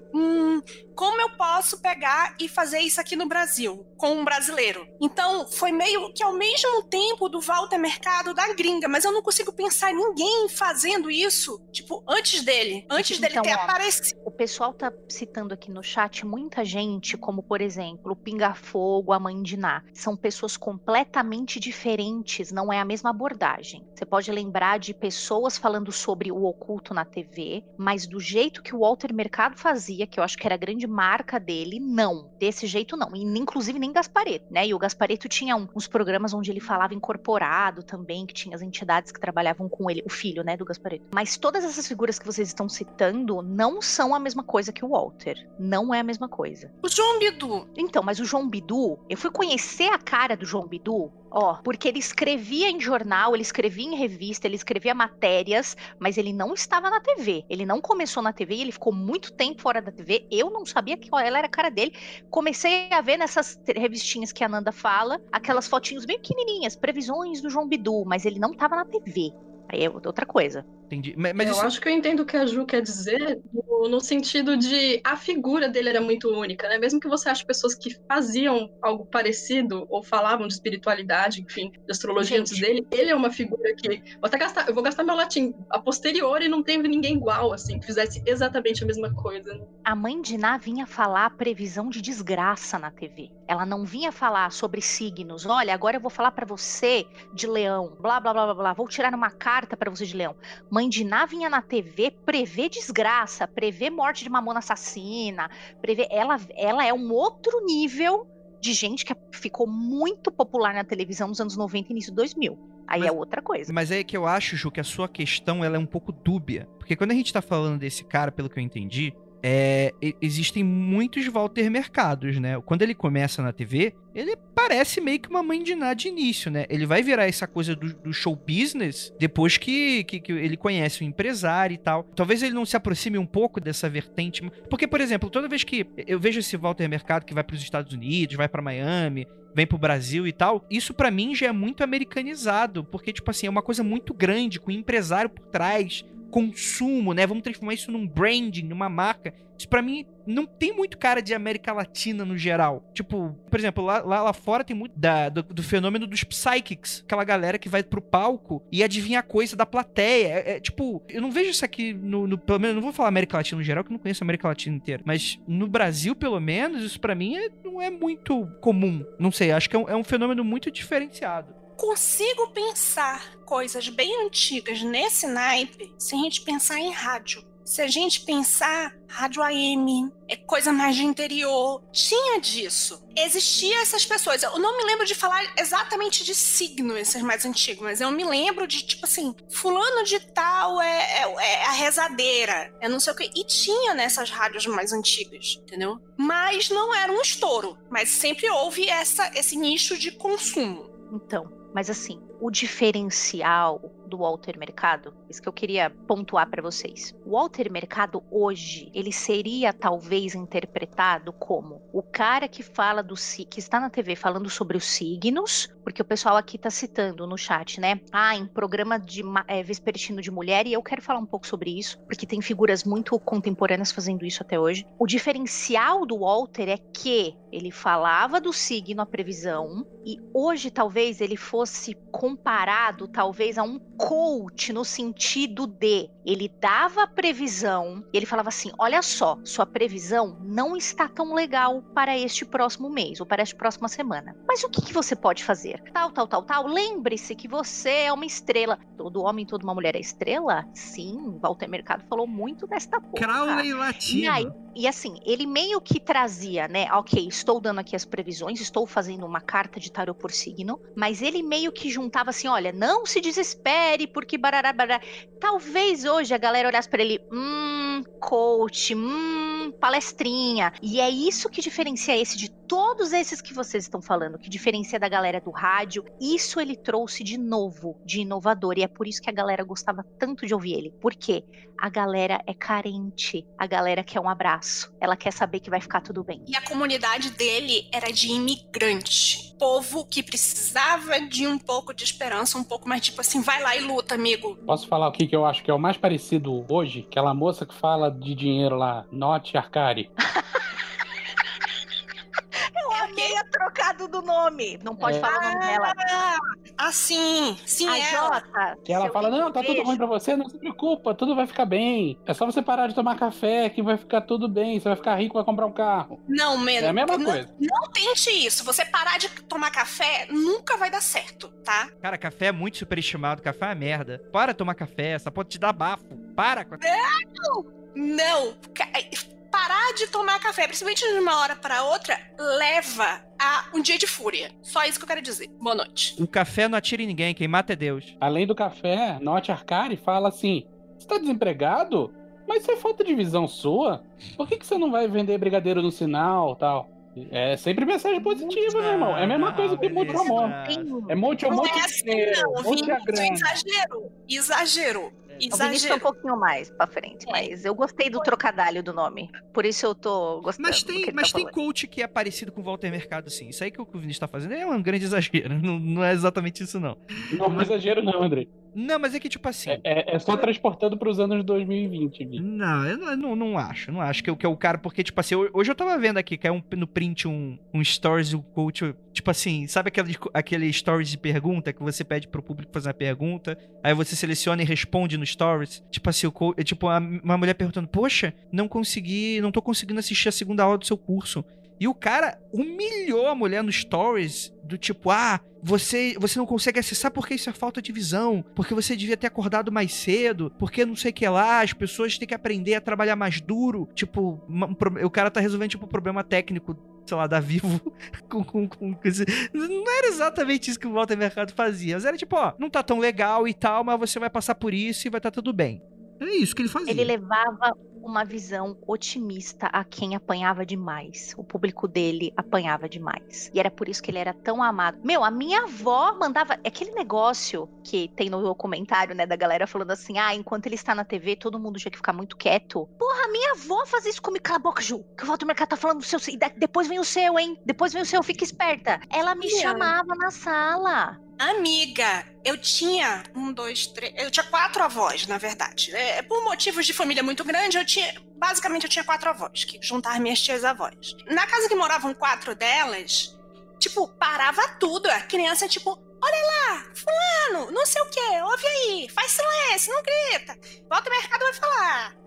como eu posso pegar e fazer isso aqui no Brasil, com um brasileiro? Então, foi meio que ao mesmo tempo do Walter Mercado da gringa, mas eu não consigo pensar em ninguém fazendo isso, tipo, antes dele ter aparecido. O pessoal tá citando aqui no chat muita gente, como, por exemplo, o Pinga Fogo, a Mãe de Ná. São pessoas completamente diferentes, não é a mesma abordagem. Você pode lembrar de pessoas falando sobre o oculto na TV, mas do jeito que o Walter Mercado fazia, que eu acho que era a grande marca dele, não. Desse jeito, não. E inclusive nem Gasparetto, né? E o Gasparetto tinha uns programas onde ele falava incorporado também, que tinha as entidades que trabalhavam com ele, o filho, né, do Gasparetto. Mas todas essas figuras que vocês estão citando não são a mesma coisa que o Walter. Não é a mesma coisa. O João Bidu. Então, mas o João Bidu, eu fui conhecer a cara do João Bidu, porque ele escrevia em jornal, ele escrevia em revista, ele escrevia matérias, mas ele não estava na TV. Ele não começou na TV e ele ficou muito tempo fora da TV. Eu não sabia que ela era a cara dele. Comecei a ver nessas revistinhas que a Nanda fala, aquelas fotinhos bem pequenininhas, previsões do João Bidu, mas ele não estava na TV. Aí é outra coisa. Entendi. Mas eu acho que eu entendo o que a Ju quer dizer no sentido de a figura dele era muito única, né? Mesmo que você ache pessoas que faziam algo parecido ou falavam de espiritualidade, enfim, de astrologia antes dele, ele é uma figura que... Eu vou gastar meu latim. A posteriori não teve ninguém igual, assim, que fizesse exatamente a mesma coisa. A Mãe de Ná vinha falar previsão de desgraça na TV. Ela não vinha falar sobre signos. Olha, agora eu vou falar pra você de leão. Blá, blá, blá, blá, blá. Vou tirar uma carta pra você de leão. Mãe de Ná vinha na TV prever desgraça, prever morte de mamona assassina, prever... Ela é um outro nível de gente que ficou muito popular na televisão nos anos 90 e início de 2000. Aí é outra coisa. Mas é que eu acho, Ju, que a sua questão ela é um pouco dúbia. Porque quando a gente tá falando desse cara, pelo que eu entendi, existem muitos Walter Mercados, né? Quando ele começa na TV, ele parece meio que uma Mãe de Ná de início, né? Ele vai virar essa coisa do show business depois que ele conhece o empresário e tal. Talvez ele não se aproxime um pouco dessa vertente. Porque, por exemplo, toda vez que eu vejo esse Walter Mercado que vai para os Estados Unidos, vai para Miami, vem pro Brasil e tal, isso pra mim já é muito americanizado, porque, tipo assim, é uma coisa muito grande, com empresário por trás, consumo, né? Vamos transformar isso num branding, numa marca. Isso pra mim não tem muito cara de América Latina no geral. Tipo, por exemplo, lá fora tem muito do fenômeno dos psychics. Aquela galera que vai pro palco e adivinha a coisa da plateia. Tipo, eu não vejo isso aqui pelo menos, não vou falar América Latina no geral, que eu não conheço a América Latina inteira. Mas no Brasil, pelo menos, isso pra mim não é muito comum. Não sei, acho que é um fenômeno muito diferenciado. Consigo pensar coisas bem antigas nesse naipe se a gente pensar em rádio. Se a gente pensar rádio AM, é coisa mais de interior, tinha disso. Existia essas pessoas. Eu não me lembro de falar exatamente de signo, esses mais antigos, mas eu me lembro de, tipo assim, fulano de tal é a rezadeira, é não sei o quê. E tinha nessas rádios mais antigas, entendeu? Mas não era um estouro. Mas sempre houve esse nicho de consumo. Então, mas assim, o diferencial do Walter Mercado, isso que eu queria pontuar para vocês. O Walter Mercado hoje, ele seria talvez interpretado como o cara que fala que está na TV falando sobre os signos, porque o pessoal aqui tá citando no chat, né? Em programa de vespertino de mulher, e eu quero falar um pouco sobre isso, porque tem figuras muito contemporâneas fazendo isso até hoje. O diferencial do Walter é que ele falava do signo, a previsão, e hoje talvez ele fosse comparado talvez a um coach no sentido de ele dava a previsão e ele falava assim, olha só, sua previsão não está tão legal para este próximo mês ou para esta próxima semana. Mas o que você pode fazer? Tal. Lembre-se que você é uma estrela. Todo homem, toda uma mulher é estrela? Sim, Walter Mercado falou muito desta porra. Crowley latino. E aí, E assim, ele meio que trazia, né? Ok, estou dando aqui as previsões, estou fazendo uma carta de tarô por signo, mas ele meio que juntava assim, olha, não se desespere, porque barará, barará. Talvez hoje a galera olhasse pra ele, coach, palestrinha. E é isso que diferencia esse de todos esses que vocês estão falando, que diferencia da galera do rádio. Isso ele trouxe de novo, de inovador, e é por isso que a galera gostava tanto de ouvir ele. Por quê? A galera é carente, a galera quer um abraço, ela quer saber que vai ficar tudo bem. E a comunidade dele era de imigrante. Povo que precisava de um pouco de esperança, um pouco mais tipo assim, vai lá e luta, amigo. Posso falar o que eu acho que é o mais parecido hoje? Aquela moça que fala de dinheiro lá, Note Arcari. É trocado do nome. Não pode falar o nome dela. Sim, A ela. Jota. Que ela fala, não, tá tudo ruim pra você, não se preocupa, tudo vai ficar bem. É só você parar de tomar café que vai ficar tudo bem, você vai ficar rico, vai comprar um carro. Não, mano. É a mesma coisa. Não tente isso. Você parar de tomar café nunca vai dar certo, tá? Cara, café é muito superestimado, café é uma merda. Para de tomar café, essa pode te dar bafo. Para com Não. Parar de tomar café, principalmente de uma hora para outra, leva a um dia de fúria. Só isso que eu quero dizer. Boa noite. O café não atira em ninguém, quem mata é Deus. Além do café, Note Arcari fala assim, você tá desempregado? Mas isso é falta de visão sua? Por que você não vai vender brigadeiro no sinal e tal? É sempre mensagem positiva, meu irmão. É a mesma coisa que muito amor. É monte Não é assim, não. Exagero. O Vinícius é um pouquinho mais pra frente, mas eu gostei do trocadilho do nome. Por isso eu tô gostando. Mas tem coach que é parecido com o Walter Mercado, sim. Isso aí que o Vinícius tá fazendo é um grande exagero. Não é exatamente isso, não. Não é exagero, não, André. Não, mas é que, tipo assim... É só transportando pros anos 2020, Gui. Não, eu não acho. Não acho que é o cara... Porque, tipo assim, hoje eu tava vendo aqui, caiu no print um stories do coach... Tipo assim, sabe aquele stories de pergunta que você pede pro público fazer uma pergunta, aí você seleciona e responde no stories? Tipo assim, uma mulher perguntando, poxa, não tô conseguindo assistir a segunda aula do seu curso. E o cara humilhou a mulher no stories, do tipo, você não consegue acessar porque isso é falta de visão, porque você devia ter acordado mais cedo, porque não sei o que lá, as pessoas têm que aprender a trabalhar mais duro. Tipo, o cara tá resolvendo, tipo, um problema técnico, sei lá, da Vivo não era exatamente isso que o Walter Mercado fazia, mas era tipo, não tá tão legal e tal, mas você vai passar por isso e vai estar tudo bem. É isso que ele fazia. Ele levava uma visão otimista a quem apanhava demais. O público dele apanhava demais. E era por isso que ele era tão amado. A minha avó mandava... Aquele negócio que tem no documentário, né, da galera falando assim, enquanto ele está na TV, todo mundo tinha que ficar muito quieto. Porra, minha avó fazia isso comigo. Cala a boca, Ju, que o Walter Mercado tá falando do seu... E depois vem o seu, hein? Depois vem o seu, fica esperta. Ela me chamava na sala. Amiga, eu tinha 4 avós, na verdade. Por motivos de família muito grande, eu tinha 4 avós, que juntar minhas tias-avós. Na casa que moravam 4 delas, tipo, parava tudo. A criança, tipo, olha lá, fulano, não sei o que, ouve aí, faz silêncio, não grita. Volta ao mercado, vai falar.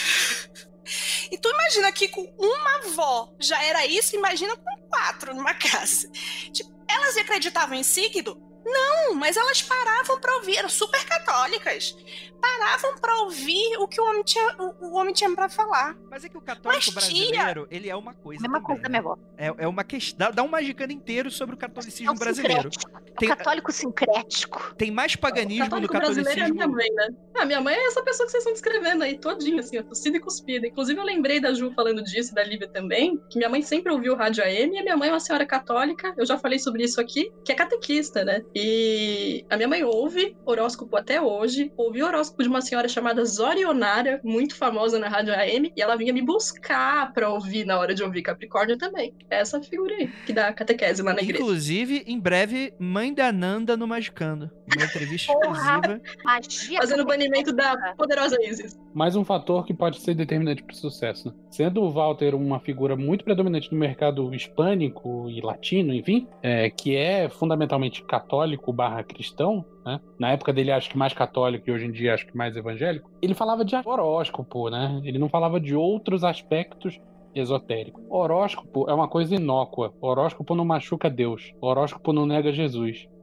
E tu imagina que com uma avó já era isso, imagina com 4 numa casa. Tipo, elas acreditavam em signo? Não, mas elas paravam pra ouvir, eram super católicas. Paravam pra ouvir o que o homem tinha pra falar. Mas é que o católico brasileiro, ele é uma coisa mesma também, coisa da minha avó. É uma questão, dá um magicano inteiro sobre o catolicismo brasileiro. O católico sincrético. Tem mais paganismo no catolicismo. Brasileiro é minha mãe, né? Minha mãe é essa pessoa que vocês estão descrevendo aí, todinha, assim, tossida e cuspida. Inclusive, eu lembrei da Ju falando disso, da Lívia também, que minha mãe sempre ouviu Rádio AM, e a minha mãe é uma senhora católica, eu já falei sobre isso aqui, que é catequista, né? E a minha mãe ouve horóscopo até hoje, ouviu horóscopo de uma senhora chamada Zorionara, muito famosa na Rádio AM, e ela vinha me buscar pra ouvir na hora de ouvir Capricórnio também. É essa figura aí, que dá catequese lá na igreja. Inclusive, em breve, mãe da Nanda no Magicando. Uma entrevista exclusiva. Fazendo o banimento da poderosa Isis. Mais um fator que pode ser determinante para o sucesso. Sendo o Walter uma figura muito predominante no mercado hispânico e latino, enfim, que é fundamentalmente católico/cristão, né? Na época dele acho que mais católico e hoje em dia acho que mais evangélico, ele falava de horóscopo, né? Ele não falava de outros aspectos esotéricos. Horóscopo é uma coisa inócua. Horóscopo não machuca Deus. Horóscopo não nega Jesus.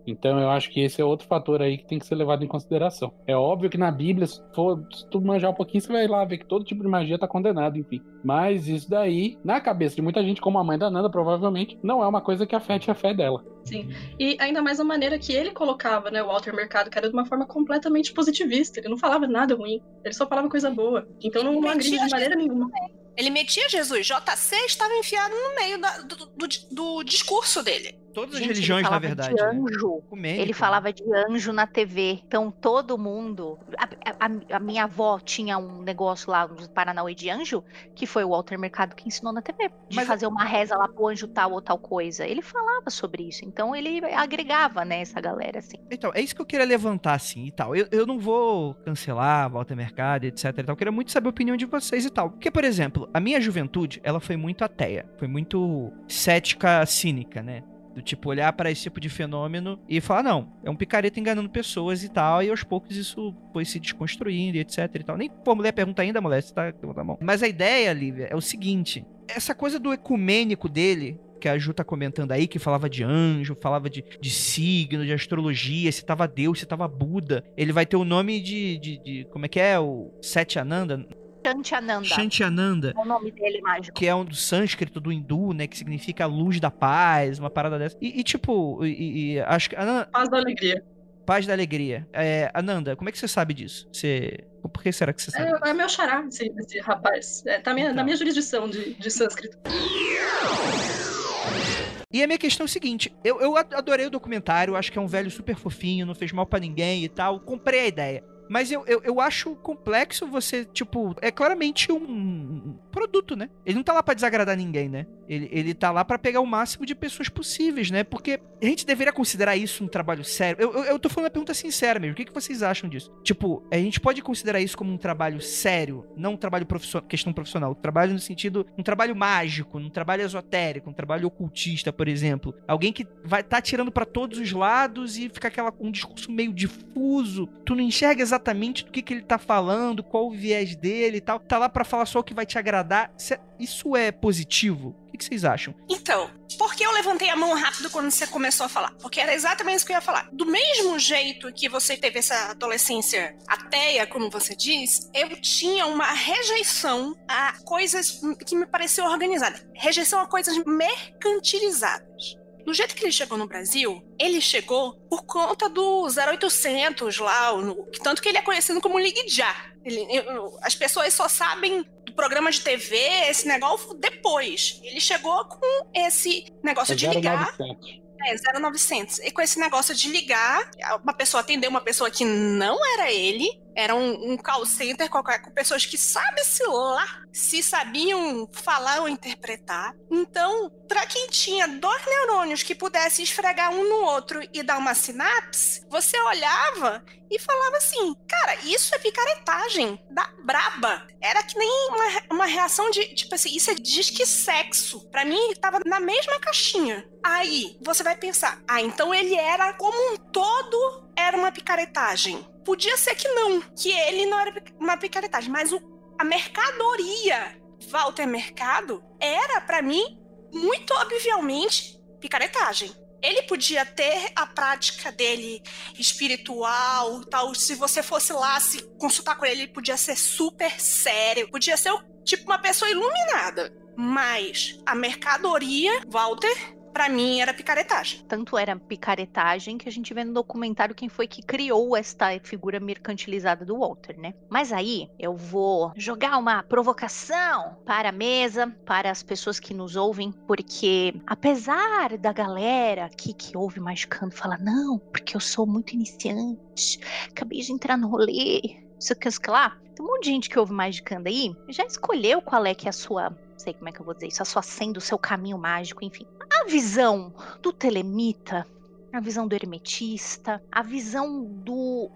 Então eu acho que esse é outro fator aí que tem que ser levado em consideração. É óbvio que na Bíblia, se tu manjar um pouquinho, você vai lá ver que todo tipo de magia tá condenado, enfim. Mas isso daí, na cabeça de muita gente, como a mãe da Nanda, provavelmente, não é uma coisa que afete a fé dela. Sim. E ainda mais a maneira que ele colocava, né, o Walter Mercado, que era de uma forma completamente positivista. Ele não falava nada ruim, ele só falava coisa boa. Então não agride de maneira nenhuma. Ele metia Jesus. JC estava enfiado no meio do discurso dele. Todas as Gente, religiões, ele na falava verdade. de né? anjo. Ecumênico, Ele falava de anjo na TV. Então todo mundo. A minha avó tinha um negócio lá no Paranauê de anjo, que foi o Walter Mercado que ensinou na TV. De Mas- fazer uma reza lá pro anjo tal ou tal coisa. Ele falava sobre isso. Então ele agregava, né, essa galera, assim. Então, é isso que eu queria levantar, assim, e tal. Eu não vou cancelar Walter Mercado, etc e tal. Eu queria muito saber a opinião de vocês e tal. Porque, por exemplo, a minha juventude, ela foi muito ateia. Foi muito cética, cínica, né? Do tipo, olhar pra esse tipo de fenômeno e falar, não, é um picareta enganando pessoas e tal. E aos poucos isso foi se desconstruindo e etc e tal. Nem formulei a pergunta ainda, mulher, você tá na mão. Mas a ideia, Lívia, é o seguinte. Essa coisa do ecumênico dele, que a Ju tá comentando aí, que falava de anjo, falava de signo, de astrologia, se tava Deus, se tava Buda. Ele vai ter o nome de como é que é? O Sete Ananda? Shantiananda. Shantiananda. É o nome dele mágico. Que é um do sânscrito, do hindu, né? Que significa luz da paz, uma parada dessa. Acho que... Paz da alegria. Paz da alegria. Ananda, como é que você sabe disso? Por que será que você sabe disso? É meu xará, esse rapaz. Tá na minha jurisdição de sânscrito. E a minha questão é o seguinte, eu adorei o documentário, acho que é um velho super fofinho, não fez mal pra ninguém e tal, comprei a ideia. Mas eu acho complexo você, tipo, é claramente um produto, né? Ele não tá lá pra desagradar ninguém, né? Ele tá lá pra pegar o máximo de pessoas possíveis, né? Porque a gente deveria considerar isso um trabalho sério. Eu tô falando uma pergunta sincera mesmo. O que vocês acham disso? Tipo, a gente pode considerar isso como um trabalho sério, não um trabalho questão profissional. Um trabalho no sentido, um trabalho mágico, um trabalho esotérico, um trabalho ocultista, por exemplo. Alguém que vai tá tirando pra todos os lados e fica um discurso meio difuso. Tu não enxerga exatamente do que ele tá falando, qual o viés dele e tal. Tá lá pra falar só o que vai te agradar. Isso é positivo? O que vocês acham? Então, por que eu levantei a mão rápido quando você começou a falar? Porque era exatamente isso que eu ia falar. Do mesmo jeito que você teve essa adolescência ateia, como você diz, eu tinha uma rejeição a coisas que me pareciam organizadas. Rejeição a coisas mercantilizadas. Do jeito que ele chegou no Brasil, ele chegou por conta do 0800 lá, tanto que ele é conhecido como Ligue Já. As pessoas só sabem do programa de TV, esse negócio, depois. Ele chegou com esse negócio de ligar. 0900. E com esse negócio de ligar, uma pessoa atender uma pessoa que não era ele, era um call center qualquer, com pessoas que sabe-se lá se sabiam falar ou interpretar. Então, para quem tinha 2 neurônios que pudessem esfregar um no outro e dar uma sinapse, você olhava e falava assim, cara, isso é picaretagem da braba. Era que nem uma reação de, tipo assim, isso é disque sexo. Pra mim, tava na mesma caixinha. Aí, você vai pensar, então ele era, como um todo, era uma picaretagem. Podia ser que não, que ele não era uma picaretagem, mas a mercadoria Walter Mercado era, pra mim, muito obviamente picaretagem. Ele podia ter a prática dele espiritual, tal. Se você fosse lá se consultar com ele, ele podia ser super sério, podia ser tipo uma pessoa iluminada. Mas a mercadoria, Walter, pra mim, era picaretagem. Tanto era picaretagem que a gente vê no documentário quem foi que criou esta figura mercantilizada do Walter, né? Mas aí eu vou jogar uma provocação para a mesa, para as pessoas que nos ouvem, porque apesar da galera aqui que ouve Magicando falar, não, porque eu sou muito iniciante, acabei de entrar no rolê, isso aqui, lá. Tem um monte de gente que ouve Magicando aí, já escolheu qual é que é a sua, não sei como é que eu vou dizer isso, a sua senda, o seu caminho mágico, enfim. A visão do telemita, a visão do hermetista, a visão do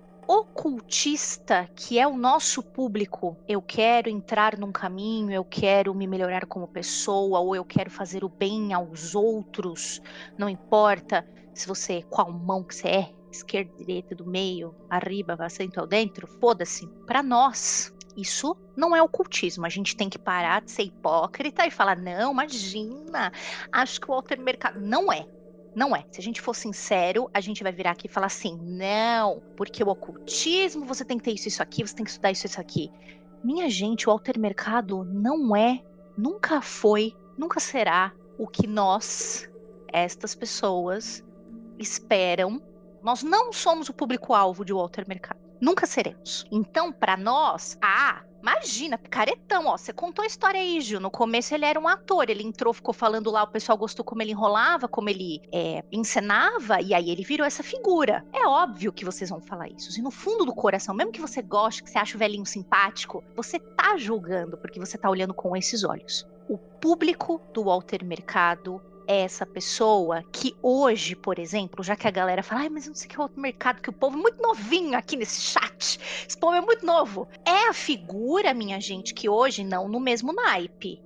ocultista, que é o nosso público. Eu quero entrar num caminho, eu quero me melhorar como pessoa, ou eu quero fazer o bem aos outros. Não importa se você, qual mão que você é, esquerda, direita, do meio, arriba, assento ao dentro, foda-se. Para nós, isso não é ocultismo. A gente tem que parar de ser hipócrita e falar, não, imagina, acho que o Walter Mercado... Não é. Não é. Se a gente for sincero, a gente vai virar aqui e falar assim, não, porque o ocultismo, você tem que ter isso aqui, você tem que estudar isso aqui. Minha gente, o altermercado não é, nunca foi, nunca será o que nós, estas pessoas, esperam. Nós não somos o público-alvo de Walter Mercado. Nunca seremos. Então, pra nós, imagina, picaretão, ó. Você contou a história aí, Gil. No começo ele era um ator. Ele entrou, ficou falando lá, o pessoal gostou como ele enrolava, como ele encenava, e aí ele virou essa figura. É óbvio que vocês vão falar isso. E no fundo do coração, mesmo que você goste, que você ache o velhinho simpático, você tá julgando, porque você tá olhando com esses olhos. O público do Walter Mercado é essa pessoa que hoje, por exemplo, já que a galera fala, mas eu não sei o que é o Walter Mercado, que o povo é muito novinho aqui nesse chat, esse povo é muito novo. É a figura, minha gente, que hoje não no mesmo naipe.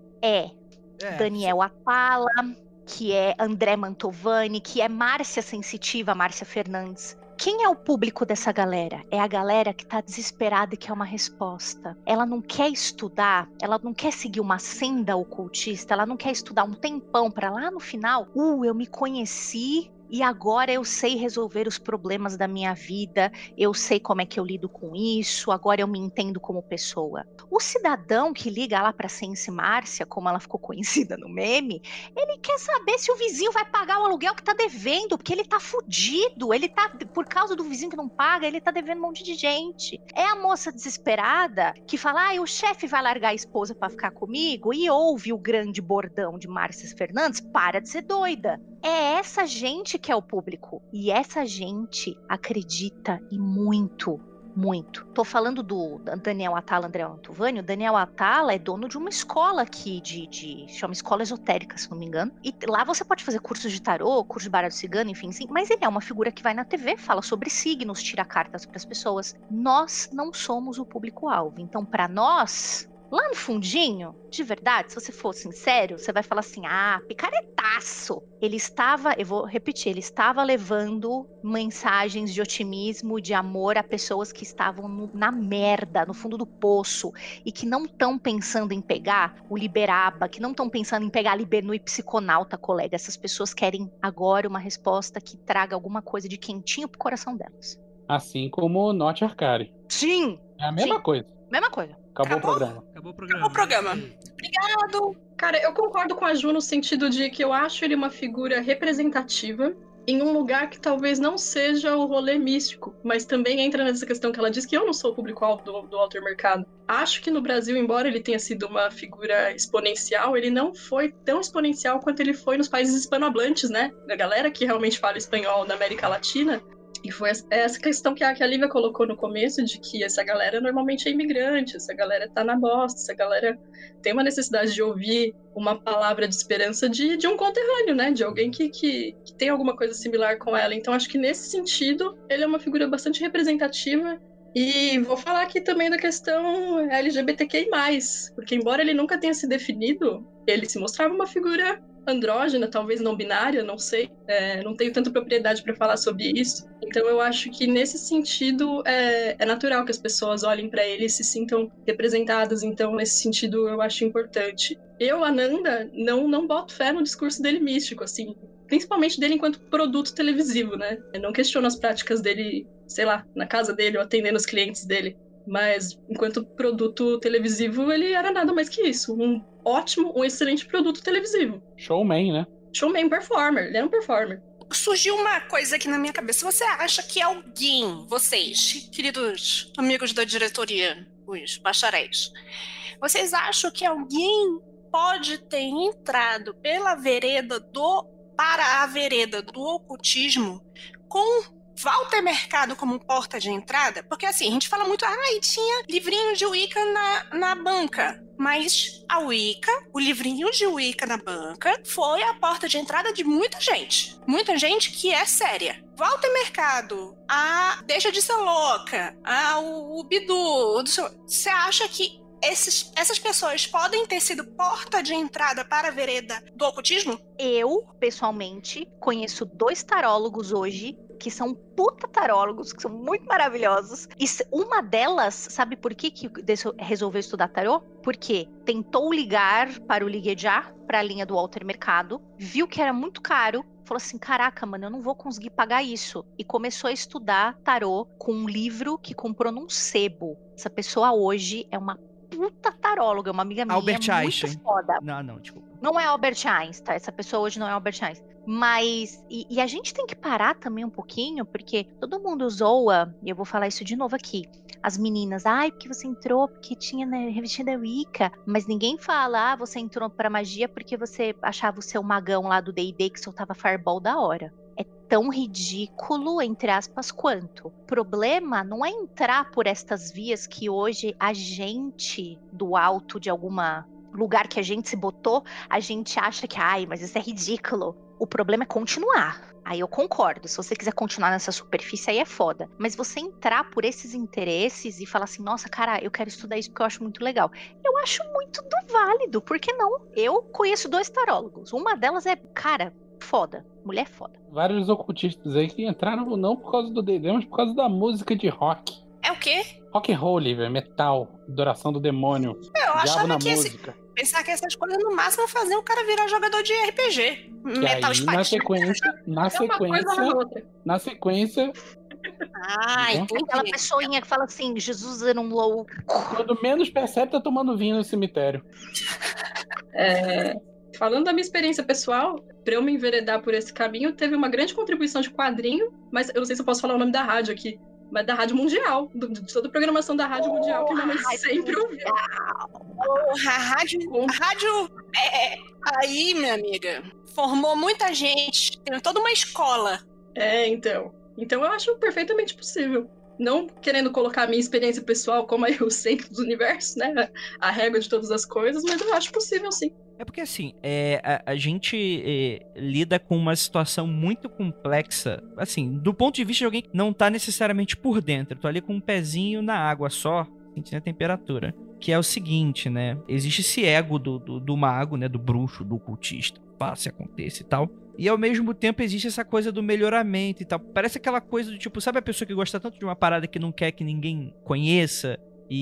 Daniel Atala, que é André Mantovani, que é Márcia Sensitiva, Márcia Fernandes. Quem é o público dessa galera? É a galera que tá desesperada e quer uma resposta. Ela não quer estudar, ela não quer seguir uma senda ocultista, ela não quer estudar um tempão pra lá no final, eu me conheci e agora eu sei resolver os problemas da minha vida, eu sei como é que eu lido com isso, agora eu me entendo como pessoa. O cidadão que liga lá pra Sense Márcia, como ela ficou conhecida no meme, ele quer saber se o vizinho vai pagar o aluguel que tá devendo, porque ele tá fudido, ele tá, por causa do vizinho que não paga, ele tá devendo um monte de gente. É a moça desesperada que fala, o chefe vai largar a esposa pra ficar comigo, e ouve o grande bordão de Márcia Fernandes, para de ser doida. É essa gente que é o público. E essa gente acredita e muito, muito. Tô falando do Daniel Atala, André Mantovani. O Daniel Atala é dono de uma escola aqui, chama Escola Esotérica, se não me engano. E lá você pode fazer cursos de tarô, curso de baralho cigano, enfim, sim. Mas ele é uma figura que vai na TV, fala sobre signos, tira cartas para as pessoas. Nós não somos o público-alvo. Então, para nós, lá no fundinho, de verdade, se você for sincero, você vai falar assim, picaretaço. Ele estava, eu vou repetir, ele estava levando mensagens de otimismo, de amor a pessoas que estavam na merda, no fundo do poço, e que não estão pensando em pegar o Liberaba, que não estão pensando em pegar a Libernu e Psiconauta, colega. Essas pessoas querem agora uma resposta que traga alguma coisa de quentinho pro coração delas. Assim como o Norte Arcari. Sim! É a mesma coisa. Mesma coisa. Acabou o programa. Acabou o programa. Obrigado. Cara, eu concordo com a Ju no sentido de que eu acho ele uma figura representativa em um lugar que talvez não seja o rolê místico, mas também entra nessa questão que ela diz que eu não sou o público-alvo do Walter Mercado. Acho que no Brasil, embora ele tenha sido uma figura exponencial, ele não foi tão exponencial quanto ele foi nos países hispanohablantes, né? A galera que realmente fala espanhol na América Latina. E foi essa questão que a Lívia colocou no começo, de que essa galera normalmente é imigrante, essa galera tá na bosta, essa galera tem uma necessidade de ouvir uma palavra de esperança de um conterrâneo, né? De alguém que tem alguma coisa similar com ela. Então acho que nesse sentido, ele é uma figura bastante representativa. E vou falar aqui também da questão LGBTQI+, porque embora ele nunca tenha se definido, ele se mostrava uma figura andrógena, talvez não binária, não sei. Não tenho tanta propriedade para falar sobre isso. Então eu acho que nesse sentido é natural que as pessoas olhem para ele e se sintam representadas. Então nesse sentido eu acho importante. Eu, Ananda, não boto fé no discurso dele místico, assim. Principalmente dele enquanto produto televisivo, né? Eu não questiono as práticas dele, sei lá, na casa dele ou atendendo os clientes dele. Mas, enquanto produto televisivo, ele era nada mais que isso. Um excelente produto televisivo. Showman, né? Showman, performer. Ele era um performer. Surgiu uma coisa aqui na minha cabeça. Você acha que alguém, vocês, queridos amigos da diretoria, os bacharéis, vocês acham que alguém pode ter entrado para a vereda do ocultismo com Walter Mercado como porta de entrada? Porque assim, a gente fala muito, e tinha livrinho de Wicca na banca. Mas a Wicca, o livrinho de Wicca na banca, foi a porta de entrada de muita gente. Muita gente que é séria. Walter Mercado, Deixa de Ser Louca, o Bidu. Você acha que essas pessoas podem ter sido porta de entrada para a vereda do ocultismo? Eu, pessoalmente, conheço 2 tarólogos hoje que são puta tarólogos, que são muito maravilhosos. E uma delas, sabe por que resolveu estudar tarô? Porque tentou ligar para o Liguejá, para a linha do Walter Mercado, viu que era muito caro, falou assim, caraca, mano, eu não vou conseguir pagar isso. E começou a estudar tarô com um livro que comprou num sebo. Essa pessoa hoje é uma puta taróloga, uma amiga minha Albert muito Einstein. foda. Não, desculpa. Não é Albert Einstein, essa pessoa hoje não é Albert Einstein. Mas, e a gente tem que parar também um pouquinho, porque todo mundo zoa, e eu vou falar isso de novo aqui, as meninas, ai, porque você entrou porque tinha na revistinha da Wicca, mas ninguém fala, você entrou pra magia porque você achava o seu magão lá do D&D que soltava fireball da hora. É tão ridículo, entre aspas, quanto. O problema não é entrar por estas vias que hoje a gente, do alto de alguma lugar que a gente se botou, a gente acha que, ai, mas isso é ridículo. O problema é continuar. Aí eu concordo, se você quiser continuar nessa superfície, aí é foda. Mas você entrar por esses interesses e falar assim, nossa, cara, eu quero estudar isso porque eu acho muito legal. Eu acho muito válido, por que não? Eu conheço 2 tarólogos. Uma delas é, cara, foda. Mulher foda. Vários ocultistas aí que entraram não por causa do D&D, mas por causa da música de rock. É o quê? Rock and roll, velho, metal, adoração do demônio. Eu achava na que música. Pensar que essas coisas no máximo faziam o cara virar jogador de RPG. E Metal aí, Spice. na sequência, Entendi. Aquela pessoinha que fala assim, Jesus era um louco. quando menos percebe, tá tomando vinho no cemitério. Falando da minha experiência pessoal, pra eu me enveredar por esse caminho, teve uma grande contribuição de quadrinho, mas eu não sei se eu posso falar o nome da rádio aqui, mas da Rádio Mundial, de toda a programação da Rádio Mundial, que minha mãe sempre ouviu. A rádio aí, minha amiga, formou muita gente, tem toda uma escola. Então eu acho perfeitamente possível. Não querendo colocar a minha experiência pessoal como aí o centro do universo, né? A régua de todas as coisas, mas eu acho possível, sim. É porque assim, a gente lida com uma situação muito complexa, assim, do ponto de vista de alguém que não tá necessariamente por dentro. Eu tô ali com um pezinho na água só, sentindo a temperatura. Que é o seguinte, né? Existe esse ego do mago, né? Do bruxo, do ocultista. Faça, aconteça e tal. E ao mesmo tempo existe essa coisa do melhoramento e tal. Parece aquela coisa do tipo, sabe a pessoa que gosta tanto de uma parada que não quer que ninguém conheça?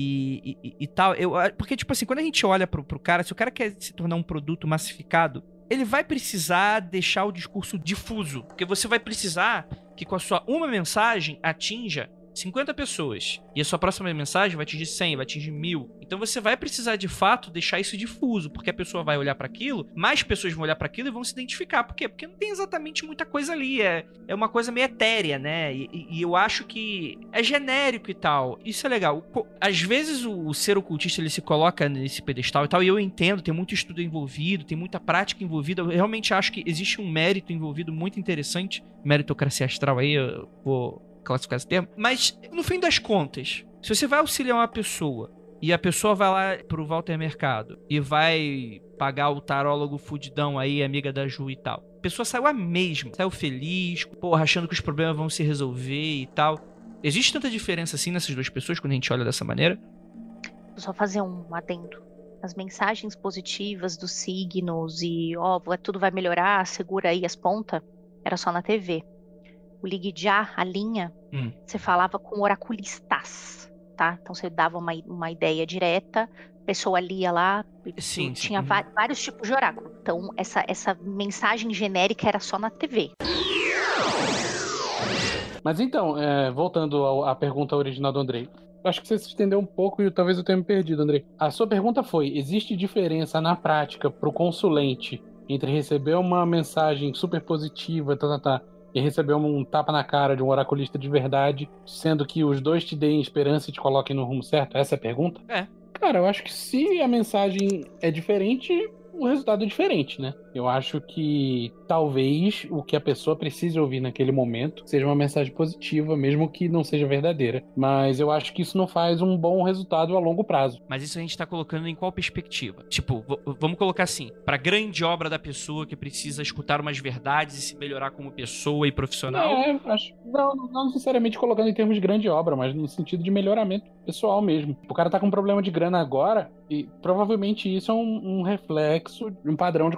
E tal, porque tipo assim, quando a gente olha pro cara, se o cara quer se tornar um produto massificado, ele vai precisar deixar o discurso difuso, porque você vai precisar que com a sua uma mensagem atinja 50 pessoas, e a sua próxima mensagem vai atingir 100, vai atingir 1000. Então você vai precisar de fato deixar isso difuso, porque a pessoa vai olhar para aquilo, mais pessoas vão olhar para aquilo e vão se identificar. Por quê? Porque não tem exatamente muita coisa ali, é uma coisa meio etérea, né? E eu acho que é genérico e tal. Isso é legal. Às vezes o ser ocultista ele se coloca nesse pedestal e tal, e eu entendo, tem muito estudo envolvido, tem muita prática envolvida. Eu realmente acho que existe um mérito envolvido muito interessante, meritocracia astral aí, eu vou classificar esse termo, mas no fim das contas, se você vai auxiliar uma pessoa e a pessoa vai lá pro Walter Mercado e vai pagar o tarólogo fudidão aí, amiga da Ju e tal, a pessoa saiu a mesma, saiu feliz, porra, achando que os problemas vão se resolver e tal. Existe tanta diferença assim nessas duas pessoas quando a gente olha dessa maneira? Vou só fazer um adendo. As mensagens positivas dos signos e tudo vai melhorar, segura aí as pontas, era só na TV. O Liguejá, a linha, você falava com oraculistas, tá? Então você dava uma ideia direta, a pessoa lia lá, tinha vários tipos de oráculo. Então essa mensagem genérica era só na TV. Mas então, voltando à pergunta original do Andrei, acho que você se estendeu um pouco e talvez eu tenha me perdido, Andrei. A sua pergunta foi, existe diferença na prática pro consulente entre receber uma mensagem super positiva, e receber um tapa na cara de um oraculista de verdade, sendo que os dois te deem esperança e te coloquem no rumo certo? Essa é a pergunta? Cara, eu acho que se a mensagem é diferente, o resultado é diferente, né? Eu acho que talvez o que a pessoa precise ouvir naquele momento seja uma mensagem positiva, mesmo que não seja verdadeira. Mas eu acho que isso não faz um bom resultado a longo prazo. Mas isso a gente tá colocando em qual perspectiva? Tipo, vamos colocar assim, pra grande obra da pessoa que precisa escutar umas verdades e se melhorar como pessoa e profissional? Não necessariamente colocando em termos de grande obra, mas no sentido de melhoramento pessoal mesmo. O cara tá com um problema de grana agora e provavelmente isso é um reflexo de um padrão de comportamento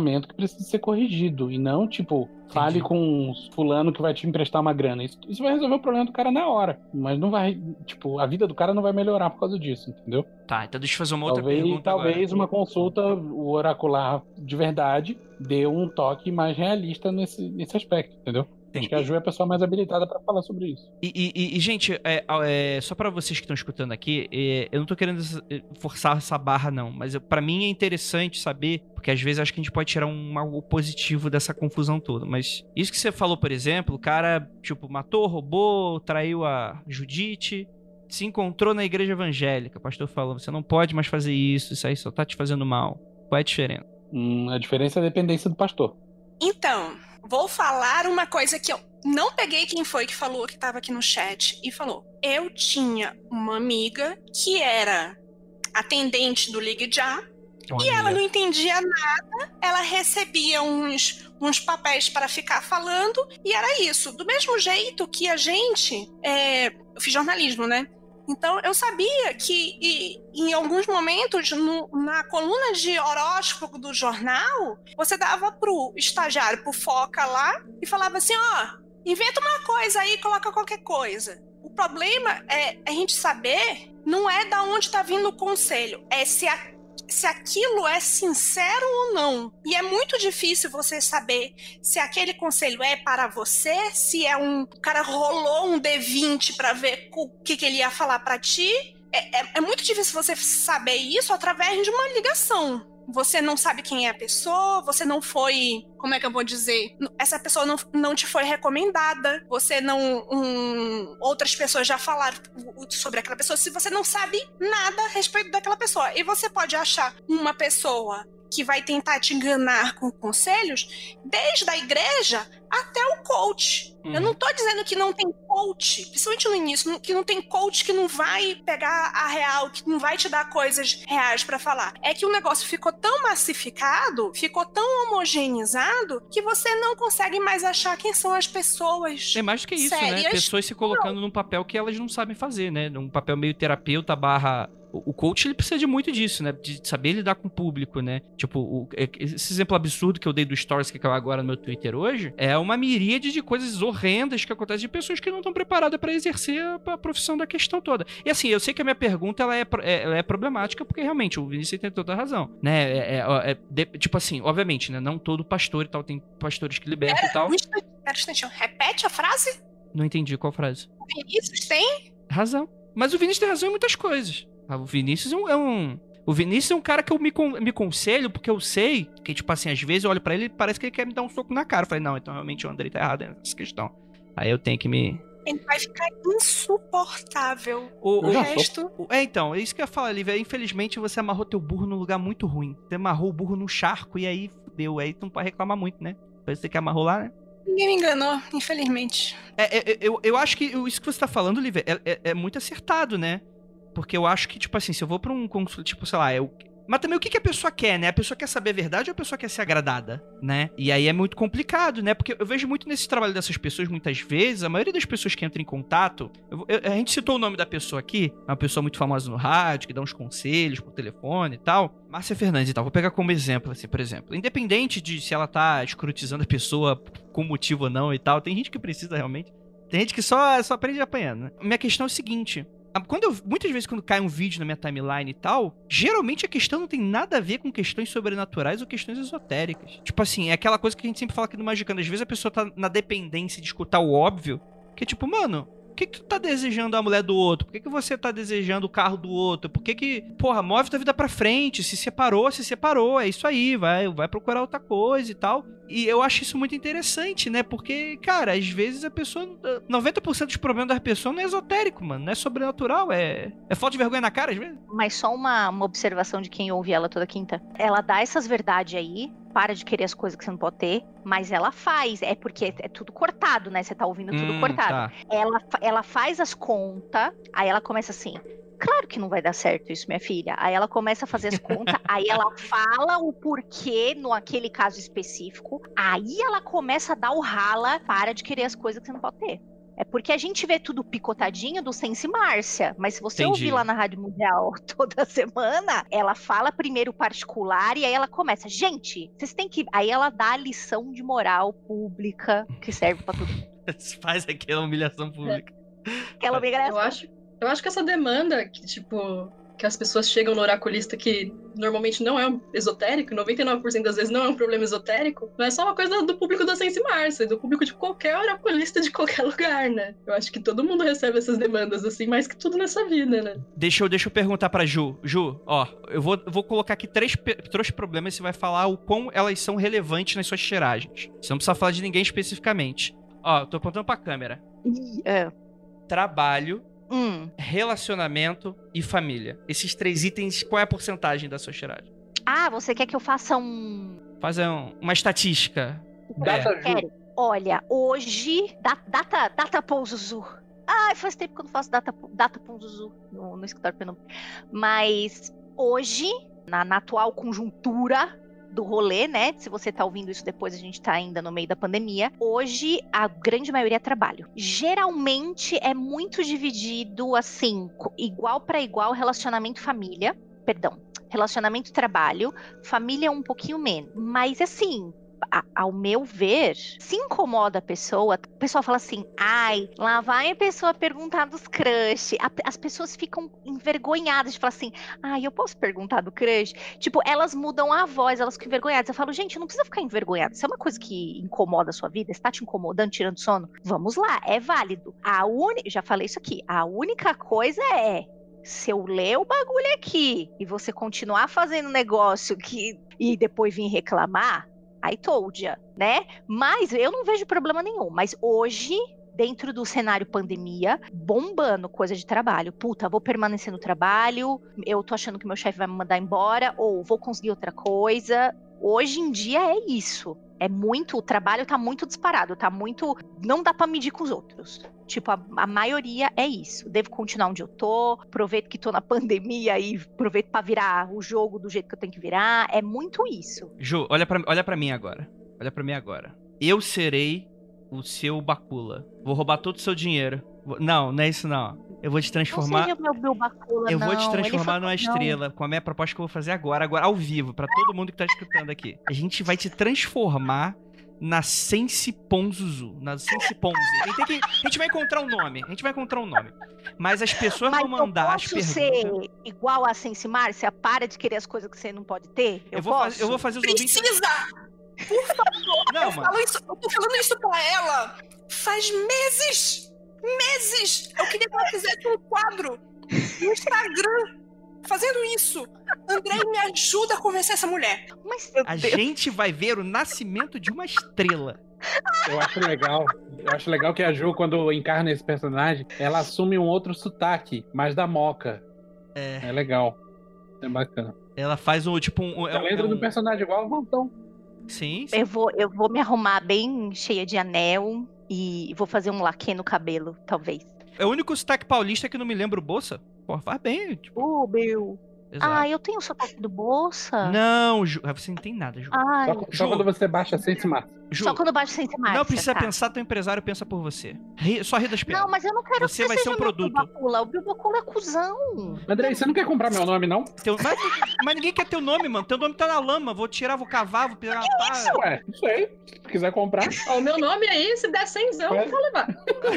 comportamento que precisa ser corrigido. E não, tipo, fale com fulano que vai te emprestar uma grana. Isso vai resolver o problema do cara na hora. Mas não vai, tipo, a vida do cara não vai melhorar por causa disso, entendeu? Tá, então deixa eu fazer uma outra pergunta Talvez agora. uma consulta, o oracular de verdade, dê um toque mais realista nesse aspecto, entendeu? Acho que a Ju é a pessoa mais habilitada pra falar sobre isso. E gente, só pra vocês que estão escutando aqui, eu não tô querendo forçar essa barra, não. Mas pra mim é interessante saber, porque às vezes acho que a gente pode tirar algo positivo dessa confusão toda. Mas isso que você falou, por exemplo, o cara, tipo, matou, roubou, traiu a Judite, se encontrou na igreja evangélica. O pastor falou, você não pode mais fazer isso aí só tá te fazendo mal. Qual é a diferença? A diferença é a dependência do pastor. Então, vou falar uma coisa que eu não peguei quem foi que falou, que estava aqui no chat, e falou. Eu tinha uma amiga que era atendente do Ligue Já, e ela não entendia nada, ela recebia uns papéis para ficar falando, e era isso. Do mesmo jeito que a gente... eu fiz jornalismo, né? Então, eu sabia que em alguns momentos, na coluna de horóscopo do jornal, você dava pro estagiário, pro foca lá, e falava assim, inventa uma coisa aí, coloca qualquer coisa. O problema é a gente saber, não é da onde tá vindo o conselho, é se aquilo é sincero ou não. E é muito difícil você saber se aquele conselho é para você, se é o cara rolou um D20 para ver o que ele ia falar para ti. É muito difícil você saber isso através de uma ligação. Você não sabe quem é a pessoa, você não foi... Como é que eu vou dizer? Essa pessoa não te foi recomendada, você não... outras pessoas já falaram sobre aquela pessoa, se você não sabe nada a respeito daquela pessoa. E você pode achar uma pessoa que vai tentar te enganar com conselhos, desde a igreja até o coach. Eu não tô dizendo que não tem coach, principalmente no início, que não tem coach que não vai pegar a real, que não vai te dar coisas reais pra falar. É que o negócio ficou tão massificado, ficou tão homogeneizado, que você não consegue mais achar quem são as pessoas. É mais do que isso, sérias, né? Pessoas se colocando num papel que elas não sabem fazer, né? Num papel meio terapeuta / O coach, ele precisa de muito disso, né? De saber lidar com o público, né? Tipo, esse exemplo absurdo que eu dei do Stories que caiu agora no meu Twitter hoje, é uma miríade de coisas horrendas que acontecem de pessoas que não estão preparadas para exercer a profissão da questão toda. E assim, eu sei que a minha pergunta, ela é problemática, porque realmente, o Vinícius tem toda a razão, né? Tipo assim, obviamente, né? Não todo pastor e tal, tem pastores que libertam e tal. Pera um instantinho, repete a frase? Não entendi qual frase. O Vinícius tem? Razão. Mas o Vinícius tem razão em muitas coisas. O Vinícius O Vinícius é um cara que eu me conselho, porque eu sei que, tipo assim, às vezes eu olho pra ele e parece que ele quer me dar um soco na cara. Eu falei, não, então realmente o Andrei tá errado nessa questão. Aí eu tenho que me... Ele vai ficar insuportável. O resto... Então, é isso que eu ia falar, Lívia. Infelizmente, você amarrou teu burro num lugar muito ruim. Você amarrou o burro no charco e aí fudeu. Aí tu não pode reclamar muito, né? Foi você que amarrou lá, né? Ninguém me enganou, infelizmente. Eu acho que isso que você tá falando, Lívia, é muito acertado, né? Porque eu acho que, tipo assim, se eu vou pra um consultório, tipo, sei lá, mas também o que a pessoa quer, né? A pessoa quer saber a verdade ou a pessoa quer ser agradada, né? E aí é muito complicado, né? Porque eu vejo muito nesse trabalho dessas pessoas, muitas vezes, a maioria das pessoas que entram em contato... a gente citou o nome da pessoa aqui, é uma pessoa muito famosa no rádio, que dá uns conselhos por telefone e tal. Márcia Fernandes e tal, vou pegar como exemplo, assim, por exemplo. Independente de se ela tá escrotizando a pessoa com motivo ou não e tal, tem gente que precisa realmente. Tem gente que só aprende apanhando, né? Minha questão é o seguinte... Muitas vezes quando cai um vídeo na minha timeline e tal, geralmente a questão não tem nada a ver com questões sobrenaturais ou questões esotéricas. Tipo assim, é aquela coisa que a gente sempre fala aqui no Magicando. Às vezes a pessoa tá na dependência de escutar o óbvio, que é tipo, mano, por que tu tá desejando a mulher do outro? Por que você tá desejando o carro do outro? Por que porra, move tua vida pra frente, se separou, é isso aí, vai procurar outra coisa e tal. E eu acho isso muito interessante, né? Porque, cara, às vezes a pessoa... 90% dos problemas da pessoa não é esotérico, mano. Não é sobrenatural, é falta de vergonha na cara, às vezes. Mas só uma observação de quem ouve ela toda quinta. Ela dá essas verdades aí, para de querer as coisas que você não pode ter, mas ela faz. É porque é tudo cortado, né? Você tá ouvindo tudo cortado. Tá. Ela faz as contas, aí ela começa assim... Claro que não vai dar certo isso, minha filha. Aí ela começa a fazer as contas, aí ela fala o porquê naquele caso específico, aí ela começa a dar o rala, para de querer as coisas que você não pode ter. É porque a gente vê tudo picotadinho do Sense Márcia. Mas se você Entendi. ouvir lá na Rádio Mundial toda semana, ela fala primeiro particular e aí ela começa. Gente, vocês têm que... Aí ela dá a lição de moral pública que serve pra todo mundo. Faz aquela humilhação pública. Aquela obrigação. Eu acho que essa demanda que, tipo, que as pessoas chegam no oraculista que normalmente não é um esotérico, 99% das vezes não é um problema esotérico, não é só uma coisa do público da Sense Márcia, do público de qualquer oraculista de qualquer lugar, né? Eu acho que todo mundo recebe essas demandas, assim, mais que tudo nessa vida, né? Deixa eu perguntar pra Ju. Ju, ó, eu vou colocar aqui três problemas e você vai falar o quão elas são relevantes nas suas tiragens. Você não precisa falar de ninguém especificamente. Ó, eu tô apontando pra câmera. Trabalho, relacionamento e família. Esses 3 itens, qual é a porcentagem da sua tiragem? Ah, você quer que eu faça um... Fazer uma estatística. Data Quero. Olha, hoje... Data Pouzuzu. Ai, faz tempo que eu não faço data Pouzuzu no escritório Penumbra. Mas hoje, na atual conjuntura do rolê, né? Se você tá ouvindo isso depois, a gente tá ainda no meio da pandemia. Hoje, a grande maioria é trabalho. Geralmente, é muito dividido, assim, igual para igual, relacionamento-família. Perdão, relacionamento-trabalho. Família um pouquinho menos. Mas, assim... Ao meu ver, se incomoda a pessoa, o pessoal fala assim, ai, lá vai a pessoa perguntar dos crush. As pessoas ficam envergonhadas de falar assim, ai, eu posso perguntar do crush? Tipo, elas mudam a voz, elas ficam envergonhadas. Eu falo, gente, não precisa ficar envergonhada. Se é uma coisa que incomoda a sua vida, está te incomodando, tirando sono, vamos lá, é válido. Já falei isso aqui, a única coisa é, se eu ler o bagulho aqui e você continuar fazendo negócio e depois vir reclamar, I told ya, né? Mas eu não vejo problema nenhum. Mas hoje, dentro do cenário pandemia, bombando coisa de trabalho. Puta, vou permanecer no trabalho, eu tô achando que meu chefe vai me mandar embora, ou vou conseguir outra coisa. Hoje em dia é isso. É muito, o trabalho tá muito disparado, tá muito... Não dá pra medir com os outros. Tipo, a maioria é isso. Devo continuar onde eu tô, aproveito que tô na pandemia e aproveito pra virar o jogo do jeito que eu tenho que virar. É muito isso. Ju, olha pra mim agora. Olha pra mim agora. Eu serei o seu Bacula. Vou roubar todo o seu dinheiro. Não é isso não. Eu vou te transformar... Não seja meu Bacula, eu não. vou te transformar numa estrela com a minha proposta que eu vou fazer agora ao vivo, pra todo mundo que tá escutando aqui. A gente vai te transformar na Sense Ponzuzu, na Sense Ponzi. A gente vai encontrar um nome, Mas as pessoas vão mandar as perguntas. Mas eu posso ser igual a Sense Márcia? Para de querer as coisas que você não pode ter? Eu vou fazer os ouvintes... Precisa! Por favor! Não, eu tô falando isso pra ela faz meses! Eu queria que ela fizesse um quadro no Instagram fazendo isso. André, me ajuda a convencer essa mulher. Mas, a gente vai ver o nascimento de uma estrela. Eu acho legal que a Ju, quando encarna esse personagem, ela assume um outro sotaque, mais da Moca. É legal. É bacana. Ela faz um, tipo, Ela entra no personagem igual o Montão. Sim. Eu vou me arrumar bem cheia de anel e vou fazer um laque no cabelo, talvez. É o único sotaque paulista que não me lembra o Bolsa. Pô, faz bem, tipo... meu... Exato. Ah, eu tenho o sotaque do Bolsa? Não, Ju, você não tem nada, Ju. Ai, Só quando você baixa Sense Márcia. Ju, só quando baixa Sense Márcia. não precisa tá. pensar, teu empresário pensa por você. Só ri das piadas. Não, mas eu não quero Você que vai ser um seja produto. O Bilbacula é cuzão. André, você não quer comprar meu nome, não? Mas ninguém quer teu nome, mano. Teu nome tá na lama. Vou tirar, vou cavar, vou pegar uma pá. Ué, isso aí. Se quiser comprar. Ó, o meu nome aí, se der 100, eu vou levar.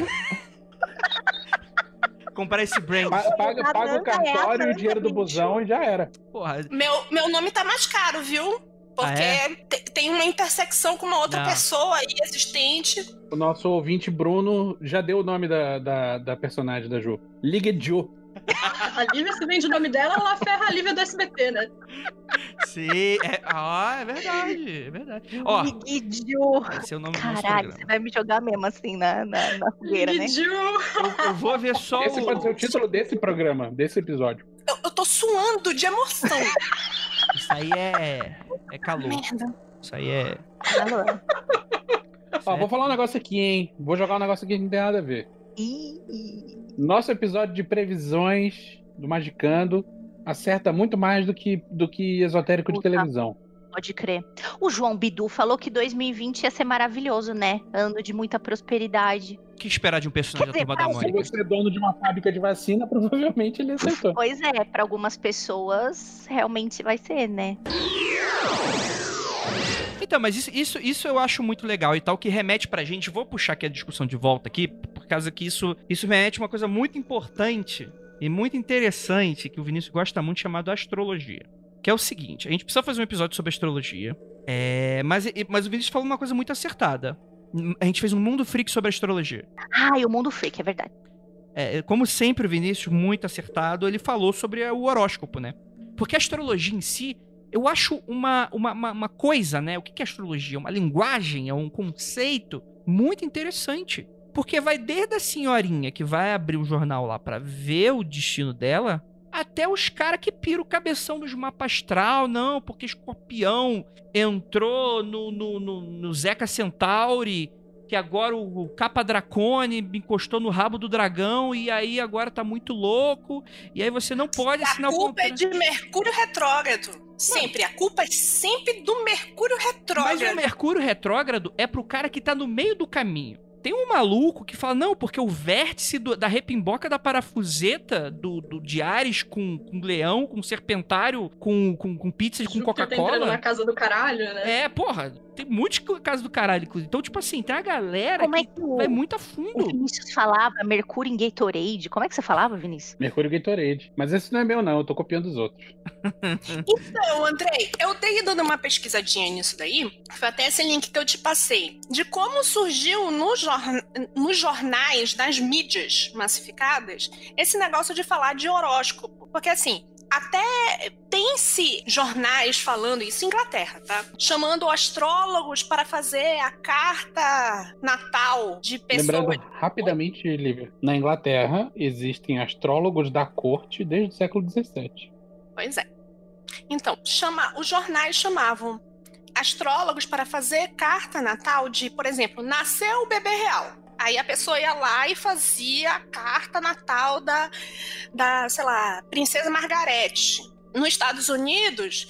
Comprar esse brand. Paga o cartório e o dinheiro do busão e já era. Porra. Meu nome tá mais caro, viu? Porque tem uma intersecção com uma outra pessoa aí, assistente. O nosso ouvinte Bruno já deu o nome da personagem da Ju. Liga Ju. A Lívia, se vende o nome dela, ela ferra a Lívia do SBT, né? Sim, é verdade, é verdade. Ó, esse é o nome do nosso Caralho, programa. você vai me jogar mesmo assim na fogueira, né? Eu vou ver só Esse pode ser o título desse programa, desse episódio. Eu tô suando de emoção. Isso aí é calor. Merda. Isso aí é... Calor. Ó, vou falar um negócio aqui, hein? Vou jogar um negócio aqui que não tem nada a ver. Nosso episódio de previsões do Magicando acerta muito mais do que esotérico de televisão. Pode crer. O João Bidu falou que 2020 ia ser maravilhoso, né? Ano de muita prosperidade. O que esperar de um personagem da Turma da Se Mônica? você é dono de uma fábrica de vacina, provavelmente ele aceitou. Pois é, pra algumas pessoas realmente vai ser, né? Então, mas isso eu acho muito legal e tal, que remete pra gente, vou puxar aqui a discussão de volta aqui, por causa que isso remete a uma coisa muito importante e muito interessante, que o Vinícius gosta muito, chamado astrologia. Que é o seguinte, a gente precisa fazer um episódio sobre astrologia, mas o Vinícius falou uma coisa muito acertada. A gente fez um Mundo Freak sobre astrologia. E o Mundo Freak, é verdade. Como sempre, o Vinícius, muito acertado, ele falou sobre o horóscopo, né? Porque a astrologia em si, eu acho uma coisa, né? O que é astrologia? Uma linguagem, é um conceito muito interessante. Porque vai desde a senhorinha que vai abrir o jornal lá pra ver o destino dela, até os caras que piram o cabeção dos mapas astral, não, porque Escorpião entrou no Zeca Centauri, que agora o Capa Dracone encostou no rabo do dragão e aí agora tá muito louco, e aí você não pode assinar o contrato. A culpa é de Mercúrio retrógrado. Sempre. A culpa é sempre do Mercúrio retrógrado. Mas o Mercúrio retrógrado é pro cara que tá no meio do caminho. Tem um maluco que fala, não, porque o vértice da repimboca da parafuseta de Ares com leão, com serpentário, com pizza com Júpiter tá entrando Coca-Cola. na casa do caralho, né? Porra, tem muitos casos do caralho. Então, tipo assim, tem a galera Como é que que vai muito a o fundo. Vinícius falava Mercúrio em Gatorade? Como é que você falava, Vinícius? Mercúrio Gatorade. Mas esse não é meu, não. Eu tô copiando os outros. Então, Andrei, eu dei dando uma pesquisadinha nisso daí. Foi até esse link que eu te passei. De como surgiu nos jornais, nas mídias massificadas, esse negócio de falar de horóscopo. Porque assim, até tem-se jornais falando isso em Inglaterra, tá? Chamando astrólogos para fazer a carta natal de pessoas. Lembrando rapidamente, Lívia, na Inglaterra existem astrólogos da corte desde o século XVII. Pois é. Então, os jornais chamavam astrólogos para fazer carta natal de, por exemplo, nasceu o bebê real. Aí a pessoa ia lá e fazia a carta natal da sei lá, Princesa Margarete. Nos Estados Unidos,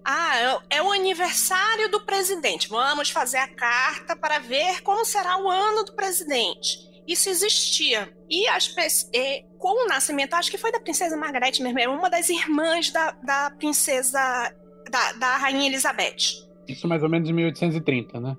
é o aniversário do presidente. Vamos fazer a carta para ver como será o ano do presidente. Isso existia. E com o nascimento, acho que foi da Princesa Margarete mesmo, era uma das irmãs da princesa, da Rainha Elizabeth. Isso mais ou menos em 1830, né?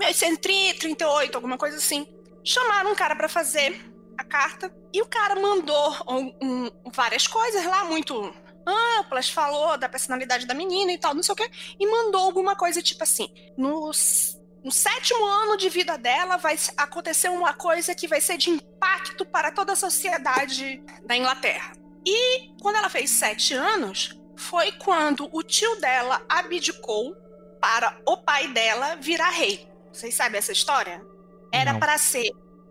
1838, alguma coisa assim. Chamaram um cara pra fazer a carta e o cara mandou várias coisas lá, muito amplas, falou da personalidade da menina e tal, não sei o quê, e mandou alguma coisa tipo assim, no 7º ano de vida dela vai acontecer uma coisa que vai ser de impacto para toda a sociedade da Inglaterra. E quando ela fez 7 anos, foi quando o tio dela abdicou para o pai dela virar rei. Vocês sabem essa história? Era para ser,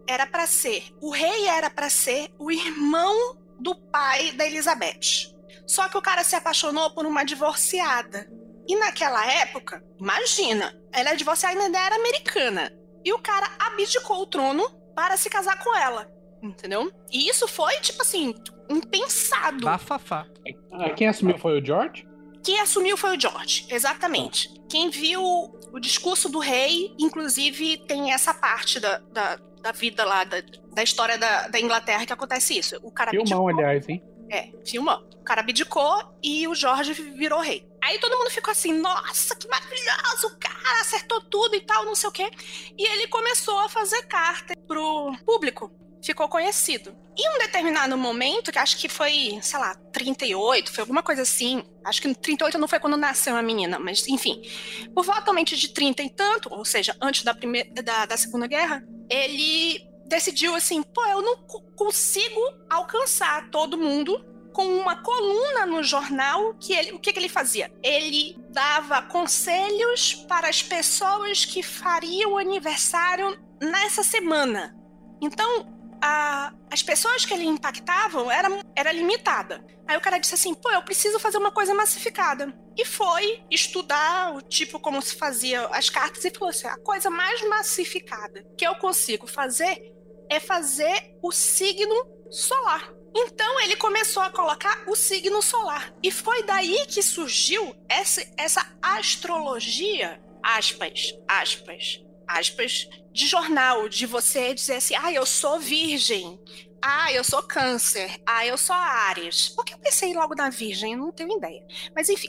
o rei era para ser o irmão do pai da Elizabeth. Só que o cara se apaixonou por uma divorciada. E naquela época, imagina, ela é divorciada e ainda era americana. E o cara abdicou o trono para se casar com ela. Entendeu? E isso foi, tipo assim, impensado. Bafafá. Quem assumiu foi o George? Quem assumiu foi o George, exatamente. Quem viu o discurso do rei, inclusive tem essa parte da vida lá, da história da Inglaterra que acontece isso. O cara Filmão, aliás, hein? Filmão. O cara abdicou e o George virou rei. Aí todo mundo ficou assim, nossa, que maravilhoso, o cara acertou tudo e tal, não sei o quê. E ele começou a fazer carta pro público. Ficou conhecido. Em um determinado momento, que acho que foi, sei lá, 38, foi alguma coisa assim. Acho que 38 não foi quando nasceu a menina, mas enfim. Por voltamente de 30 e tanto, ou seja, antes da Segunda Guerra, ele decidiu assim, eu não consigo alcançar todo mundo com uma coluna no jornal. O que ele fazia? Ele dava conselhos para as pessoas que fariam o aniversário nessa semana. Então, as pessoas que ele impactavam era limitada. Aí o cara disse assim, eu preciso fazer uma coisa massificada. E foi estudar o tipo como se fazia as cartas e falou assim, a coisa mais massificada que eu consigo fazer é fazer o signo solar. Então ele começou a colocar o signo solar. E foi daí que surgiu essa astrologia, aspas, de jornal, de você dizer assim, eu sou virgem, eu sou câncer, eu sou Áries. Por que eu pensei logo na virgem? Eu não tenho ideia. Mas enfim,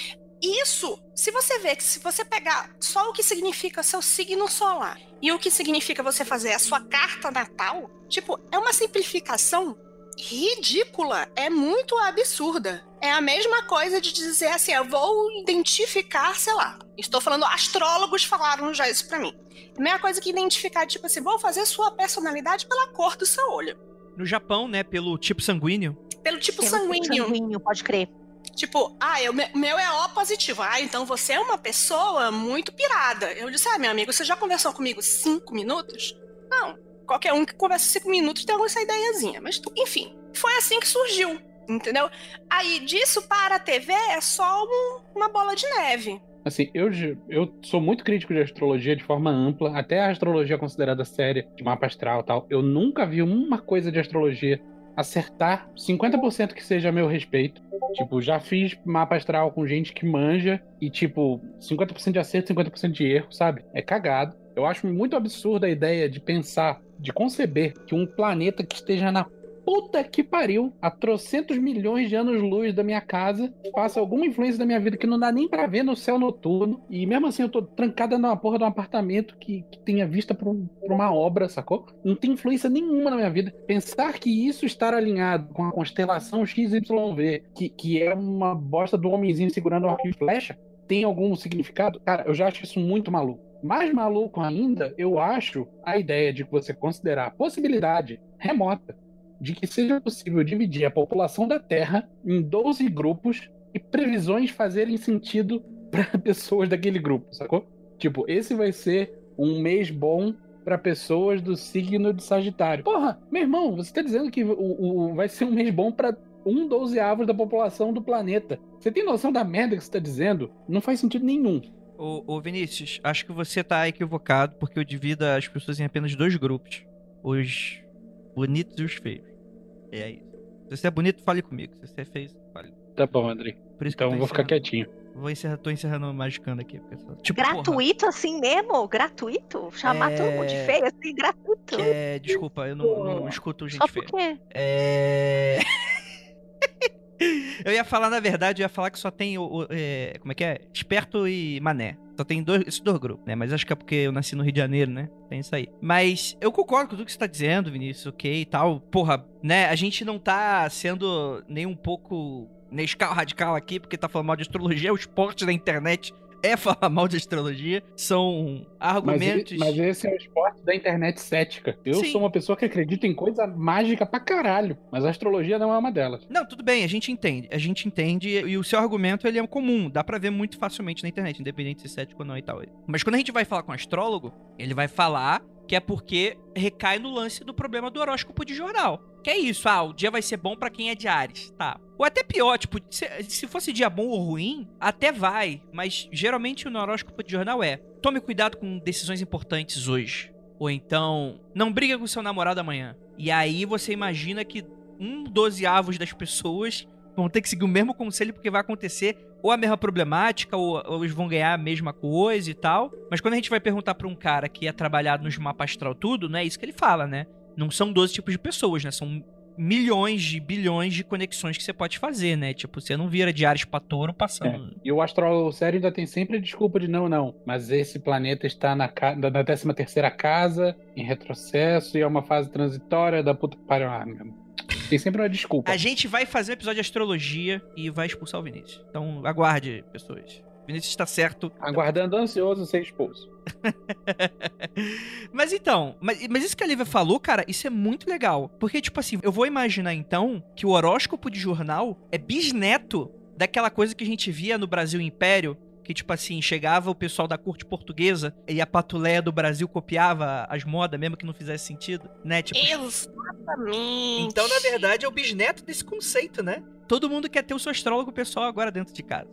isso, se você pegar só o que significa seu signo solar e o que significa você fazer a sua carta natal, tipo, é uma simplificação ridícula, é muito absurda. É a mesma coisa de dizer assim, eu vou identificar, sei lá, estou falando, astrólogos falaram já isso pra mim. É a mesma coisa que identificar, tipo assim, vou fazer sua personalidade pela cor do seu olho. No Japão, né, pelo tipo sanguíneo. Pelo tipo sanguíneo. Pode crer. Tipo, meu é O positivo. Então você é uma pessoa muito pirada. Eu disse, meu amigo, você já conversou comigo 5 minutos? Não. Qualquer um que conversa 5 minutos tem essa ideiazinha. Mas, enfim, foi assim que surgiu, entendeu? Aí, disso para a TV é só uma bola de neve. Assim, eu sou muito crítico de astrologia de forma ampla. Até a astrologia considerada séria, de mapa astral e tal. Eu nunca vi uma coisa de astrologia acertar 50% que seja a meu respeito. Tipo, já fiz mapa astral com gente que manja e, tipo, 50% de acerto, 50% de erro, sabe? É cagado. Eu acho muito absurda a ideia de pensar, de conceber que um planeta que esteja na puta que pariu, a trocentos milhões de anos-luz da minha casa, faça alguma influência da minha vida que não dá nem pra ver no céu noturno. E mesmo assim eu tô trancada numa porra de um apartamento que tenha vista pra uma obra, sacou? Não tem influência nenhuma na minha vida. Pensar que isso estar alinhado com a constelação XYV, que é uma bosta do homenzinho segurando um arco e flecha, tem algum significado? Cara, eu já acho isso muito maluco. Mais maluco ainda, eu acho a ideia de você considerar a possibilidade remota de que seja possível dividir a população da Terra em 12 grupos e previsões fazerem sentido para pessoas daquele grupo, sacou? Tipo, esse vai ser um mês bom para pessoas do signo de Sagitário. Porra, meu irmão, você tá dizendo que vai ser um mês bom para 1/12 da população do planeta. Você tem noção da merda que você tá dizendo? Não faz sentido nenhum. Ô Vinícius, acho que você tá equivocado, porque eu divido as pessoas em apenas 2 grupos. Os bonitos e os feios. É isso. Se você é bonito, fale comigo. Se você é feio, fale. Tá bom, André. Então eu vou ficar quietinho. Tô encerrando o Magicando aqui. Tipo, gratuito porra. Assim mesmo? Gratuito? Chamar todo mundo de feio assim, gratuito? Desculpa, eu não escuto gente feia. Só por quê? Eu ia falar, na verdade, que só tem como é que é? Esperto e mané. Só tem esses 2 grupos, né? Mas acho que é porque eu nasci no Rio de Janeiro, né? Tem isso aí. Mas eu concordo com tudo que você tá dizendo, Vinícius, ok e tal. Porra, né? A gente não tá sendo nem um pouco Nescau radical aqui, porque tá falando mal de astrologia. O esporte da internet é falar mal de astrologia. São argumentos... Mas esse é o esporte da internet cética. Eu sou uma pessoa que acredita em coisa mágica pra caralho, mas a astrologia não é uma delas. Não, tudo bem, a gente entende, e o seu argumento, ele é comum, dá pra ver muito facilmente na internet, independente se é cético ou não e tal. Mas quando a gente vai falar com um astrólogo, ele vai falar que é porque recai no lance do problema do horóscopo de jornal. Que é isso, o dia vai ser bom pra quem é de Áries, tá. Ou até pior, tipo, se fosse dia bom ou ruim, até vai, mas geralmente no horóscopo de jornal tome cuidado com decisões importantes hoje. Ou então, não briga com seu namorado amanhã. E aí você imagina que 1/12 das pessoas vão ter que seguir o mesmo conselho porque vai acontecer ou a mesma problemática, ou eles vão ganhar a mesma coisa e tal. Mas quando a gente vai perguntar pra um cara que é trabalhado nos mapas astral tudo, não é isso que ele fala, né? Não são 12 tipos de pessoas, né? São milhões de bilhões de conexões que você pode fazer, né? Tipo, você não vira de Áries pra Touro passando... E o astrólogo sério ainda tem sempre a desculpa de não. Mas esse planeta está na 13ª casa, em retrocesso, e é uma fase transitória da puta que pariu. Tem sempre uma desculpa. A gente vai fazer um episódio de astrologia e vai expulsar o Vinícius. Então, aguarde, pessoas. O Vinícius está certo. Aguardando ansioso ser expulso. Mas então, mas isso que a Lívia falou, cara, isso é muito legal. Porque, tipo assim, eu vou imaginar então que o horóscopo de jornal é bisneto daquela coisa que a gente via no Brasil Império, que, tipo assim, chegava o pessoal da corte portuguesa e a patuleia do Brasil copiava as modas, mesmo que não fizesse sentido, né? Tipo... Exatamente. Então, na verdade, é o bisneto desse conceito, né? Todo mundo quer ter o seu astrólogo pessoal agora dentro de casa.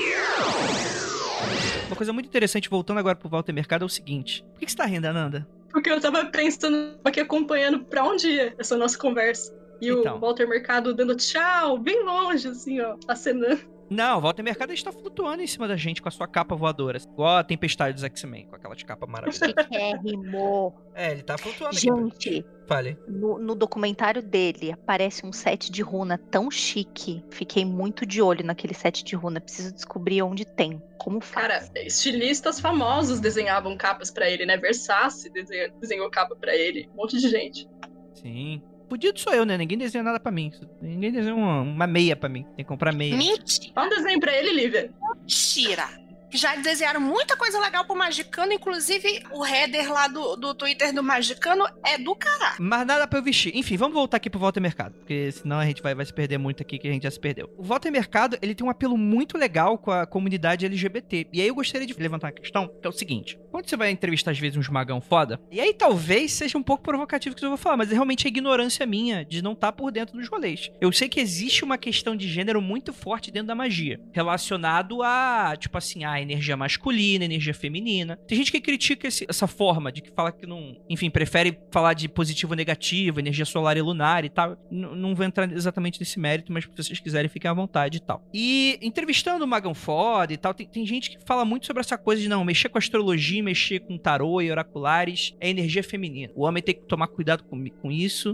Uma coisa muito interessante, voltando agora pro Walter Mercado, é o seguinte. Por que você tá rindo, Ananda? Porque eu tava pensando aqui, acompanhando pra onde ia essa nossa conversa. E Então. o Walter Mercado dando tchau, bem longe, assim, ó, acenando. Não, o Walter Mercado está flutuando em cima da gente com a sua capa voadora. Igual a Tempestade dos X-Men, com aquelas capas maravilhosas. Chiquérrimo. Ele tá flutuando aqui. Gente, Fale. no documentário dele aparece um set de runa tão chique. Fiquei muito de olho naquele set de runa. Preciso descobrir onde tem. Como faz. Cara, estilistas famosos desenhavam capas pra ele, né? Versace desenhou capa pra ele. Um monte de gente. Sim. Fudido sou eu, né? Ninguém desenha nada pra mim. Ninguém desenha uma meia pra mim. Tem que comprar meia. Mentira. Dá um desenho pra ele, Lívia. Já desenharam muita coisa legal pro Magicano, inclusive o header lá do Twitter do Magicano é do caralho. Mas nada pra eu vestir. Enfim, vamos voltar aqui pro Walter Mercado, porque senão a gente vai se perder muito aqui, que a gente já se perdeu. O Walter Mercado, ele tem um apelo muito legal com a comunidade LGBT. E aí eu gostaria de levantar uma questão, que é o seguinte. Quando você vai entrevistar, às vezes, uns magão foda, e aí talvez seja um pouco provocativo o que eu vou falar, mas é realmente a ignorância minha de não estar por dentro dos rolês. Eu sei que existe uma questão de gênero muito forte dentro da magia, relacionado a, tipo assim, a energia masculina, energia feminina. Tem gente que critica essa forma, de que fala que não... Enfim, prefere falar de positivo ou negativo, energia solar e lunar e tal. Não vou entrar exatamente nesse mérito, mas se vocês quiserem, fiquem à vontade e tal. E entrevistando o magão foda e tal, tem gente que fala muito sobre essa coisa de não, mexer com astrologia, mexer com tarô e oraculares é energia feminina. O homem tem que tomar cuidado com isso,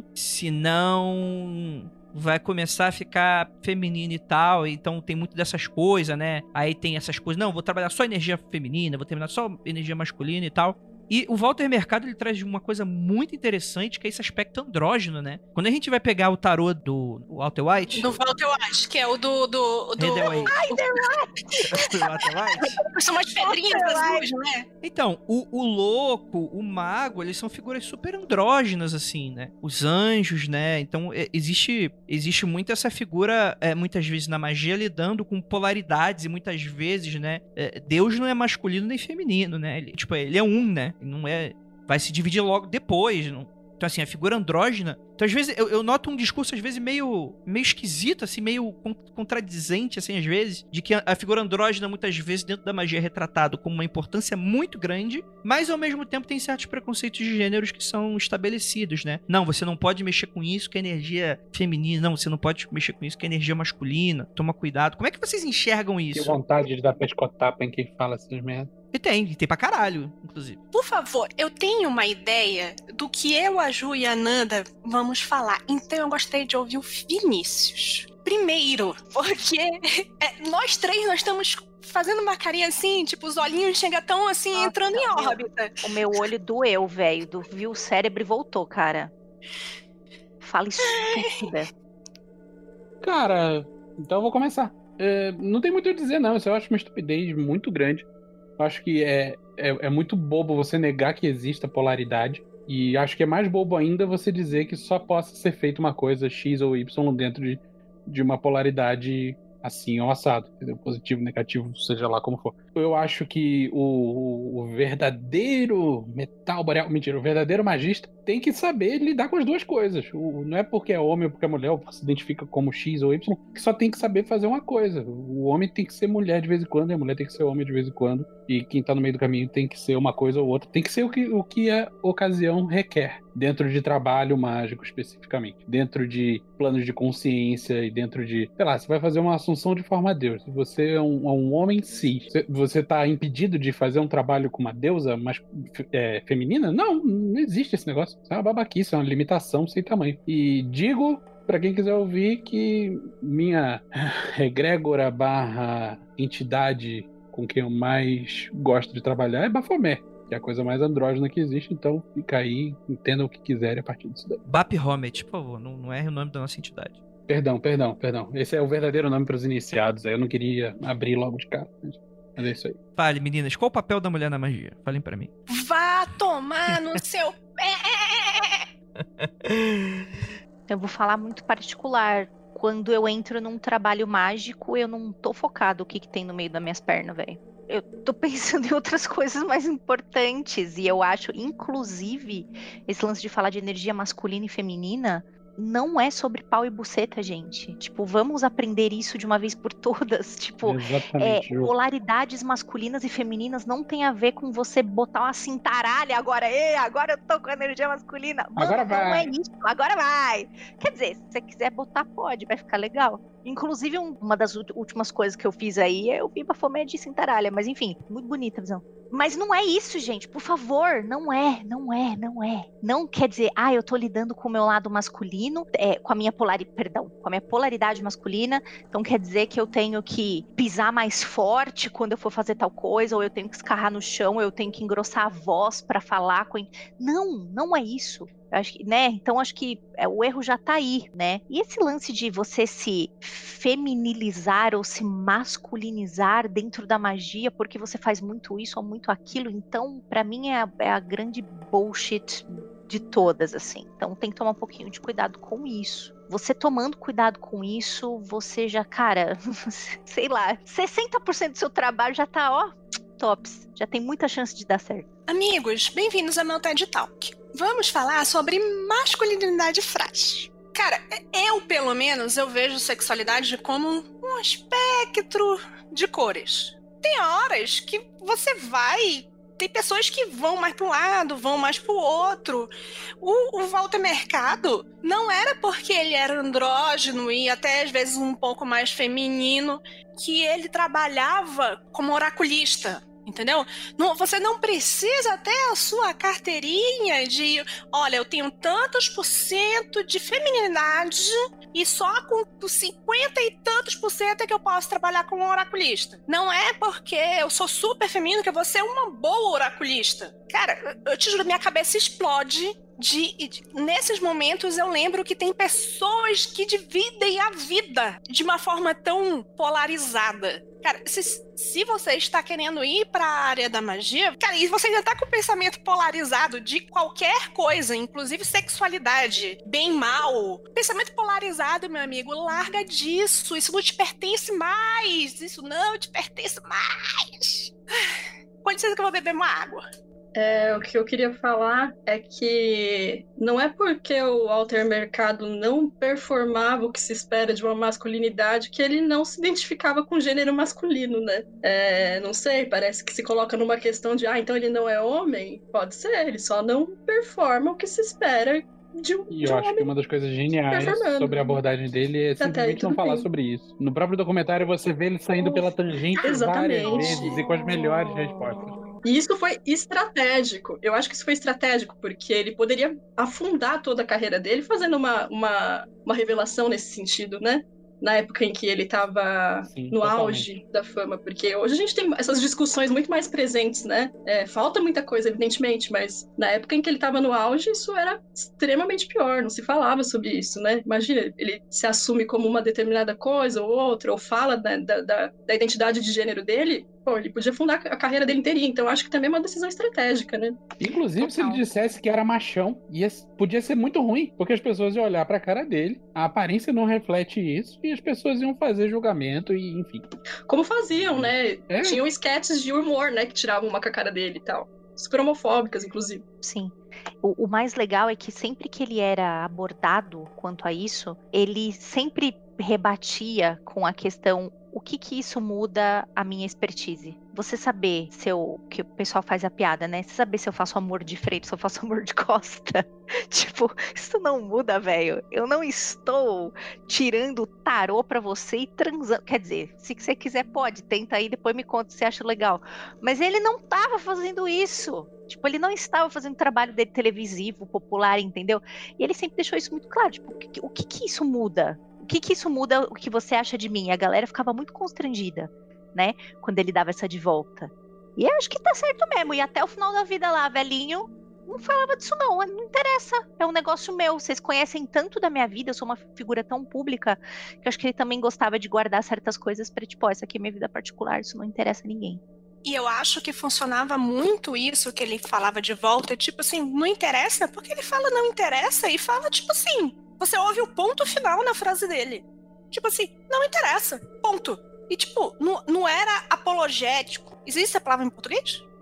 senão vai começar a ficar feminino e tal, então tem muito dessas coisas, né? Aí tem essas coisas, não, vou trabalhar só energia feminina, vou terminar só energia masculina e tal. E o Walter Mercado, ele traz uma coisa muito interessante, que é esse aspecto andrógeno, né? Quando a gente vai pegar o tarô do Walter White... Do Walter White, que é o do... Ai, The White! Walter White? São umas pedrinhas azuis, né? Então, o louco, o mago, eles são figuras super andrógenas, assim, né? Os anjos, né? Então, existe muito essa figura, muitas vezes na magia, lidando com polaridades, e muitas vezes, né? Deus não é masculino nem feminino, né? Ele é um, né? Não é... Vai se dividir logo depois. Não... Então, assim, a figura andrógena... Então, às vezes, eu noto um discurso, às vezes, meio esquisito, assim, meio contradizente, assim, às vezes, de que a figura andrógena, muitas vezes, dentro da magia é retratado como uma importância muito grande, mas, ao mesmo tempo, tem certos preconceitos de gêneros que são estabelecidos, né? Não, você não pode mexer com isso, que é energia feminina. Não, você não pode mexer com isso, que é energia masculina. Toma cuidado. Como é que vocês enxergam isso? Que vontade de dar pescotapa em quem fala essas merdas. E tem pra caralho, inclusive. Por favor, eu tenho uma ideia do que eu, a Ju e a Nanda vamos falar. Então eu gostaria de ouvir o Vinícius. Primeiro, porque nós estamos fazendo uma carinha assim, tipo, os olhinhos chegam tão assim, Nossa, entrando em órbita. O meu olho doeu, velho. Viu o cérebro e voltou, cara. Fala estúpida. Cara, então eu vou começar. Não tem muito a dizer, não. Isso eu acho uma estupidez muito grande. Eu acho que é muito bobo você negar que exista polaridade. E acho que é mais bobo ainda você dizer que só possa ser feita uma coisa X ou Y dentro de uma polaridade assim ou assado, entendeu? Positivo, negativo, seja lá como for. Eu acho que o verdadeiro metal boreal, mentira, o verdadeiro magista tem que saber lidar com as duas coisas. Não é porque é homem ou porque é mulher, ou porque se identifica como X ou Y, que só tem que saber fazer uma coisa. O homem tem que ser mulher de vez em quando, e a mulher tem que ser homem de vez em quando, e quem tá no meio do caminho tem que ser uma coisa ou outra. Tem que ser o que a ocasião requer, dentro de trabalho mágico especificamente, dentro de planos de consciência e dentro de, sei lá, você vai fazer uma assunção de forma a Deus. Se você é um homem cis, você tá impedido de fazer um trabalho com uma deusa feminina? Não existe esse negócio. Isso é uma babaquice, é uma limitação sem tamanho. E digo, pra quem quiser ouvir, que minha egrégora / entidade com quem eu mais gosto de trabalhar é Baphomet, que é a coisa mais andrógena que existe, então fica aí, entendam o que quiserem a partir disso daí. Baphomet, por favor, não erre o nome da nossa entidade. Perdão. Esse é o verdadeiro nome para os iniciados, aí eu não queria abrir logo de cara, mas é isso aí. Fale, meninas, qual o papel da mulher na magia? Falem pra mim. Vá tomar no seu pé! Eu vou falar muito particular. Quando eu entro num trabalho mágico, eu não tô focado o que tem no meio das minhas pernas, velho. Eu tô pensando em outras coisas mais importantes. E eu acho, inclusive, esse lance de falar de energia masculina e feminina, não é sobre pau e buceta, gente. Tipo, vamos aprender isso de uma vez por todas. Tipo, Exatamente, Ju. polaridades masculinas e femininas não tem a ver com você botar uma cintaralha agora. Agora eu tô com a energia masculina. Mano, Agora vai. Não é isso, agora vai. Quer dizer, se você quiser botar, pode, vai ficar legal. Inclusive, uma das últimas coisas que eu fiz aí, eu vi Bafomé de cintaralha. Mas enfim, muito bonita a visão. Mas não é isso, gente, por favor, não é. Não quer dizer, eu tô lidando com o meu lado masculino, com a minha polaridade masculina, então quer dizer que eu tenho que pisar mais forte quando eu for fazer tal coisa, ou eu tenho que escarrar no chão, ou eu tenho que engrossar a voz pra falar com... Não é isso. Acho que, né? Então acho que o erro já tá aí, né? E esse lance de você se feminilizar ou se masculinizar dentro da magia porque você faz muito isso ou muito aquilo, então pra mim é a grande bullshit de todas, assim. Então tem que tomar um pouquinho de cuidado com isso. Você tomando cuidado com isso, você já, cara, sei lá, 60% do seu trabalho já tá, tops. Já tem muita chance de dar certo. Amigos, bem-vindos ao meu TED Talk. Vamos falar sobre masculinidade frágil. Cara, pelo menos, eu vejo sexualidade como um espectro de cores. Tem horas que você vai... Tem pessoas que vão mais para um lado, vão mais para o outro. O Walter Mercado não era porque ele era andrógeno e até às vezes um pouco mais feminino que ele trabalhava como oraculista. Entendeu? Você não precisa ter a sua carteirinha de, olha, eu tenho tantos % de feminilidade e só com 50 e tantos % é que eu posso trabalhar como oraculista. Não é porque eu sou super feminino que eu vou ser uma boa oraculista. Cara, eu te juro, minha cabeça explode. Nesses momentos eu lembro que tem pessoas que dividem a vida de uma forma tão polarizada. Cara, se você está querendo ir para a área da magia, cara, e você ainda tá com o pensamento polarizado de qualquer coisa, inclusive sexualidade, bem mal, pensamento polarizado, meu amigo, larga disso, isso não te pertence mais, isso não te pertence mais. Com licença que eu vou beber uma água. O que eu queria falar é que não é porque o Walter Mercado não performava o que se espera de uma masculinidade que ele não se identificava com o gênero masculino, né? Não sei, parece que se coloca numa questão de, então ele não é homem? Pode ser, ele só não performa o que se espera de um E eu acho que uma das coisas geniais sobre a abordagem dele é simplesmente não falar sobre isso. No próprio documentário você vê ele saindo pela tangente várias vezes e com as melhores respostas. E isso foi estratégico. Eu acho que isso foi estratégico, porque ele poderia afundar toda a carreira dele fazendo uma revelação nesse sentido, né? Na época em que ele estava no auge da fama, porque hoje a gente tem essas discussões muito mais presentes, né? Falta muita coisa, evidentemente, mas na época em que ele estava no auge, isso era extremamente pior, não se falava sobre isso, né? Imagina, ele se assume como uma determinada coisa ou outra, ou fala da identidade de gênero dele, ele podia fundar a carreira dele inteirinha, então acho que também é uma decisão estratégica, né? Inclusive, se ele dissesse que era machão, podia ser muito ruim, porque as pessoas iam olhar pra cara dele, a aparência não reflete isso, e as pessoas iam fazer julgamento e, enfim. Como faziam, né? Tinham sketches de humor, né, que tiravam uma com a cara dele e tal. Super homofóbicas, inclusive. Sim. O mais legal é que sempre que ele era abordado quanto a isso, ele sempre rebatia com a questão: o que isso muda a minha expertise? Você saber que o pessoal faz a piada, né? Você saber se eu faço amor de frente, se eu faço amor de costa. Tipo, isso não muda, velho. Eu não estou tirando o tarô pra você e transando. Quer dizer, se você quiser pode, tenta aí, depois me conta se você acha legal. Mas ele não tava fazendo isso. Tipo, ele não estava fazendo o trabalho dele televisivo, popular, entendeu? E ele sempre deixou isso muito claro. Tipo, o que isso muda? O que isso muda o que você acha de mim? E a galera ficava muito constrangida, né? Quando ele dava essa de volta. E eu acho que tá certo mesmo. E até o final da vida lá, velhinho, não falava disso não. Não interessa. É um negócio meu. Vocês conhecem tanto da minha vida. Eu sou uma figura tão pública que eu acho que ele também gostava de guardar certas coisas pra, tipo, essa aqui é minha vida particular. Isso não interessa a ninguém. E eu acho que funcionava muito isso que ele falava de volta. Tipo assim, não interessa? Porque ele fala não interessa e fala tipo assim... Você ouve o ponto final na frase dele. Tipo assim, não interessa, ponto. E tipo, não era apologético. Existe a palavra em português? Não sei.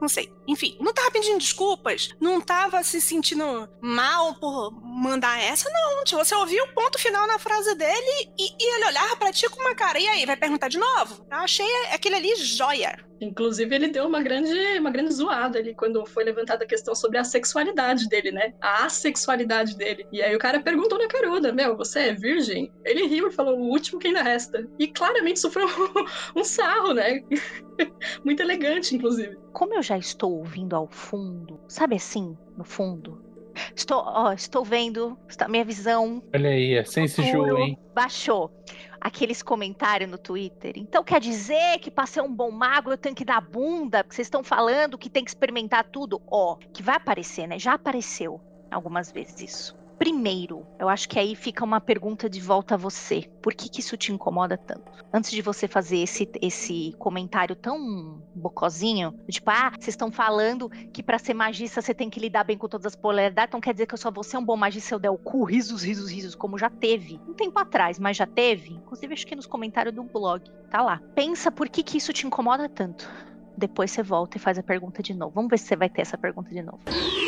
enfim, não tava pedindo desculpas, não tava se sentindo mal por mandar essa, não. Tipo, você ouviu o ponto final na frase dele e ele olhava pra ti com uma cara, e aí, vai perguntar de novo? Eu achei aquele ali joia. Inclusive, ele deu uma grande zoada ali quando foi levantada a questão sobre a sexualidade dele, né? A assexualidade dele. E aí o cara perguntou na caruda, você é virgem? Ele riu e falou, o último que ainda resta. E claramente sofreu um sarro, né? Muito elegante, inclusive. Como eu já estou ouvindo ao fundo, sabe assim, no fundo? Estou vendo, minha visão. Olha aí, é Sense Ju, hein? Baixou aqueles comentários no Twitter. Então quer dizer que pra ser um bom mago eu tenho que dar bunda? Porque vocês estão falando que tem que experimentar tudo? Que vai aparecer, né? Já apareceu algumas vezes isso. Primeiro, eu acho que aí fica uma pergunta de volta a você. Por que isso te incomoda tanto? Antes de você fazer esse comentário tão bocozinho, tipo, vocês estão falando que pra ser magista você tem que lidar bem com todas as polaridades, então quer dizer que eu só vou ser um bom magista se eu der o cu, risos, como já teve. Um tempo atrás, mas já teve. Inclusive, acho que nos comentários do blog. Tá lá. Pensa por que isso te incomoda tanto. Depois você volta e faz a pergunta de novo. Vamos ver se você vai ter essa pergunta de novo.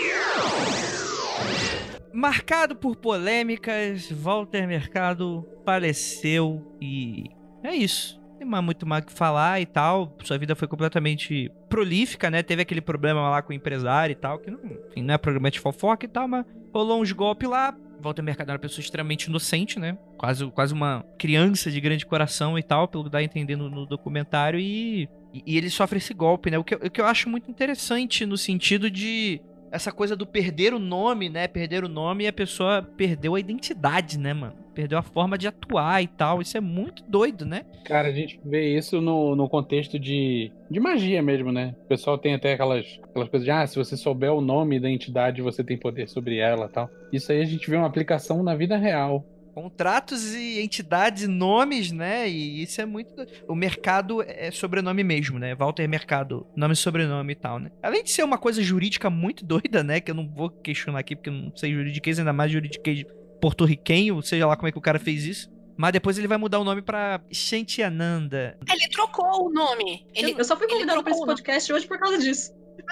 Marcado por polêmicas, Walter Mercado faleceu e é isso. Não tem muito mais o que falar e tal. Sua vida foi completamente prolífica, né? Teve aquele problema lá com o empresário e tal, que não é programa de fofoca e tal, mas rolou uns golpes lá. Walter Mercado era uma pessoa extremamente inocente, né? Quase uma criança de grande coração e tal, pelo que dá a entender no documentário. E ele sofre esse golpe, né? O que eu acho muito interessante no sentido de... essa coisa do perder o nome, né? Perder o nome e a pessoa perdeu a identidade, né, mano? Perdeu a forma de atuar e tal. Isso é muito doido, né? Cara, a gente vê isso no contexto de magia mesmo, né? O pessoal tem até aquelas coisas de, se você souber o nome da entidade, você tem poder sobre ela e tal. Isso aí a gente vê uma aplicação na vida real. Contratos e entidades e nomes, né? E isso é muito... O Mercado é sobrenome mesmo, né? Walter Mercado, nome e sobrenome e tal, né? Além de ser uma coisa jurídica muito doida, né? Que eu não vou questionar aqui porque eu não sei juridiquês, ainda mais juridiquês porto-riquenho, seja lá como é que o cara fez isso. Mas depois ele vai mudar o nome pra Shantiananda. Ele trocou o nome. Eu só fui convidado pra esse podcast hoje por causa disso.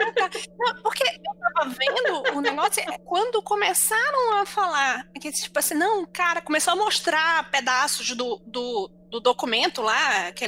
Não, porque eu tava vendo o negócio, quando começaram a falar, que tipo assim, não, cara, começou a mostrar pedaços do documento lá, aquilo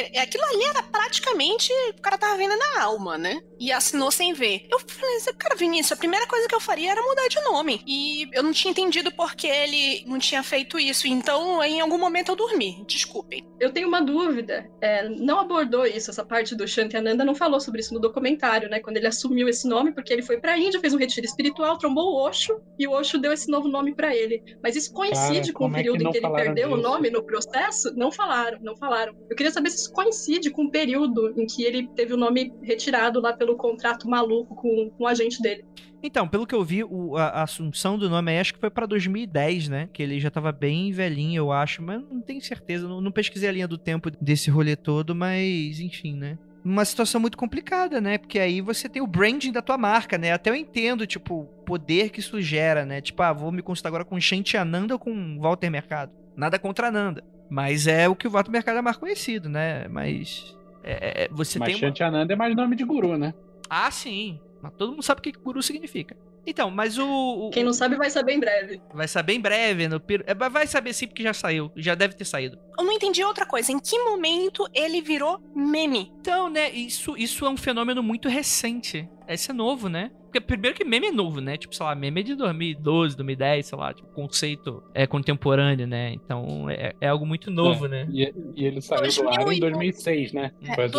ali era praticamente, o cara tava vendo na alma, né? E assinou sem ver. Eu falei assim, cara, Vinícius, a primeira coisa que eu faria era mudar de nome. E eu não tinha entendido porque ele não tinha feito isso. Então, em algum momento eu dormi. Desculpem. Eu tenho uma dúvida. Não abordou isso, essa parte do Shantiananda não falou sobre isso no documentário, né? Quando ele assumiu esse nome, porque ele foi pra Índia, fez um retiro espiritual, trombou o Osho, e o Osho deu esse novo nome pra ele. Mas isso coincide com o período em que ele perdeu o nome no processo? Não falaram. Eu queria saber se isso coincide com o período em que ele teve o nome retirado lá pelo contrato maluco com o agente dele. Então, pelo que eu vi, a assunção do nome aí acho que foi pra 2010, né? Que ele já tava bem velhinho, eu acho, mas não tenho certeza. Não pesquisei a linha do tempo desse rolê todo, mas enfim, né? Uma situação muito complicada, né? Porque aí você tem o branding da tua marca, né? Até eu entendo, tipo, o poder que isso gera, né? Tipo, vou me consultar agora com Shantiananda ou com Walter Mercado. Nada contra a Nanda. Mas é o que o Walter Mercado é mais conhecido, né? Mas você tem... Mas Shantiananda é mais nome de guru, né? Ah, sim. Mas todo mundo sabe o que guru significa. Então, mas Quem não sabe vai saber em breve. Vai saber em breve. Vai saber sim, porque já saiu. Já deve ter saído. Eu não entendi outra coisa. Em que momento ele virou meme? Então, né, isso é um fenômeno muito recente. Esse é novo, né? Porque primeiro que meme é novo, né? Tipo, sei lá, meme é de 2012, 2010, sei lá. Tipo, conceito contemporâneo, né? Então, é algo muito novo, né? E ele saiu do ar em 2006, né?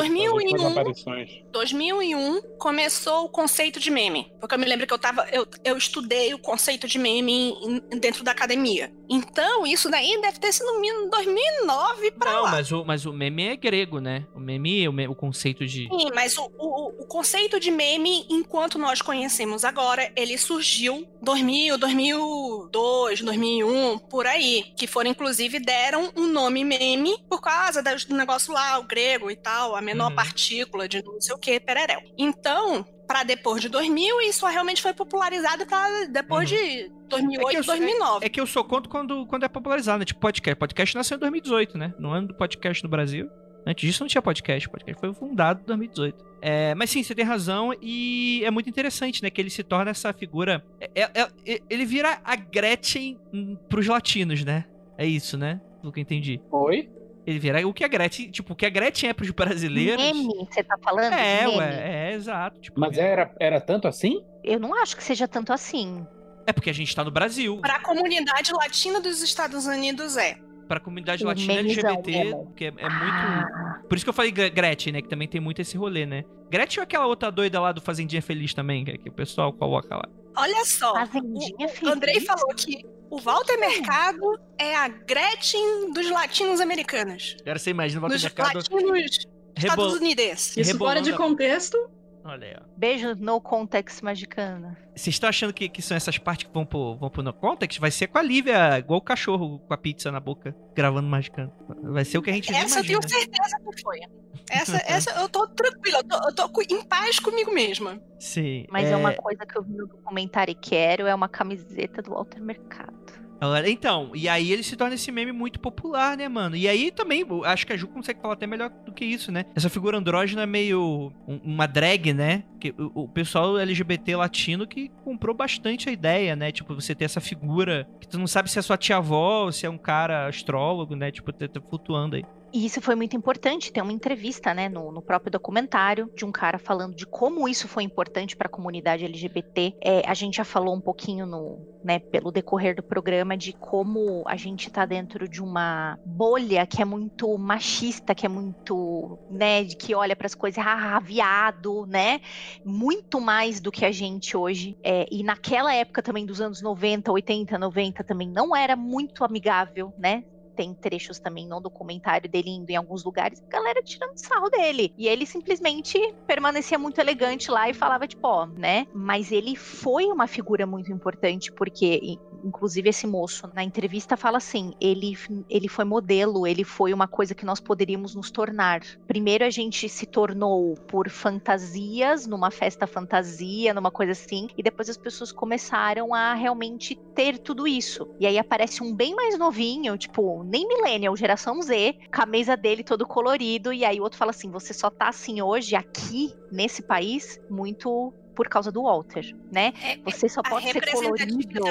2001 começou o conceito de meme. Porque eu me lembro que eu estudei o conceito de meme dentro da academia. Então, isso daí deve ter sido em 2009 pra lá. Não, mas o meme é grego, né? O meme, o conceito de... Sim, mas o conceito de meme, enquanto nós conhecemos agora, ele surgiu 2000, 2002, 2001, por aí. Que foram, inclusive, deram um nome meme por causa do negócio lá, o grego e tal, a menor partícula de não sei o que, pereréu. Então, para depois de 2000, isso realmente foi popularizado para depois de 2008, 2009. É que eu só conto quando é popularizado, né? Tipo podcast. Podcast nasceu em 2018, né? No ano do podcast no Brasil. Antes disso não tinha podcast. O podcast foi fundado em 2018. Mas sim, você tem razão. E é muito interessante, né? Que ele se torna essa figura... ele vira a Gretchen pros latinos, né? É isso, né? Do que eu entendi. Oi? Ele vira o que a Gretchen... Tipo, o que a Gretchen é pros brasileiros... Meme, você tá falando? Exato. Tipo, Mas era tanto assim? Eu não acho que seja tanto assim. É porque a gente tá no Brasil. Pra comunidade latina dos Estados Unidos Pra comunidade O latina memezão LGBT, mesmo. que é muito... Por isso que eu falei Gretchen, né? Que também tem muito esse rolê, né? Gretchen ou aquela outra doida lá do Fazendinha Feliz também, que o pessoal coloca lá. Olha só, Fazendinha o Feliz. Andrei falou que o Walter Mercado é a Gretchen dos latinos americanos. Agora você imagina o Walter Dos Mercado... latinos estadunidenses. Isso fora de Rebolando contexto. Olha aí, ó. Beijo no Context Magicana. Vocês estão achando que são essas partes que vão pro No Context? Vai ser com a Lívia, igual o cachorro com a pizza na boca, gravando Magicano. Vai ser o que a gente Essa eu imagina. tenho certeza que foi. Essa eu tô tranquila, eu tô em paz comigo mesma. Sim. Mas é uma coisa que eu vi no documentário e quero, é uma camiseta do Walter Mercado. Então, e aí ele se torna esse meme muito popular, né, mano? E aí também, acho que a Ju consegue falar até melhor do que isso, né? Essa figura andrógena é meio uma drag, né? Que o pessoal LGBT latino que comprou bastante a ideia, né? Tipo, você ter essa figura que tu não sabe se é sua tia-avó ou se é um cara astrólogo, né? Tipo, tá flutuando aí. E isso foi muito importante. Tem uma entrevista, né, no próprio documentário, de um cara falando de como isso foi importante para a comunidade LGBT. A gente já falou um pouquinho pelo decorrer do programa de como a gente tá dentro de uma bolha que é muito machista, que é muito, né, de que olha para as coisas, viado, né? Muito mais do que a gente hoje. E naquela época também dos anos 90, 80, 90 também não era muito amigável, né? Tem trechos também no documentário dele indo em alguns lugares, a galera tirando sarro dele. E ele simplesmente permanecia muito elegante lá e falava, tipo, ó, né? Mas ele foi uma figura muito importante, porque, inclusive, esse moço, na entrevista, fala assim, ele foi modelo, ele foi uma coisa que nós poderíamos nos tornar. Primeiro a gente se tornou por fantasias, numa festa fantasia, numa coisa assim, e depois as pessoas começaram a realmente ter tudo isso. E aí aparece um bem mais novinho, tipo, nem millennial, geração Z, com a mesa dele todo colorido, e aí o outro fala assim, você só tá assim hoje, aqui, nesse país, muito por causa do Walter, né? Você só pode ser colorido.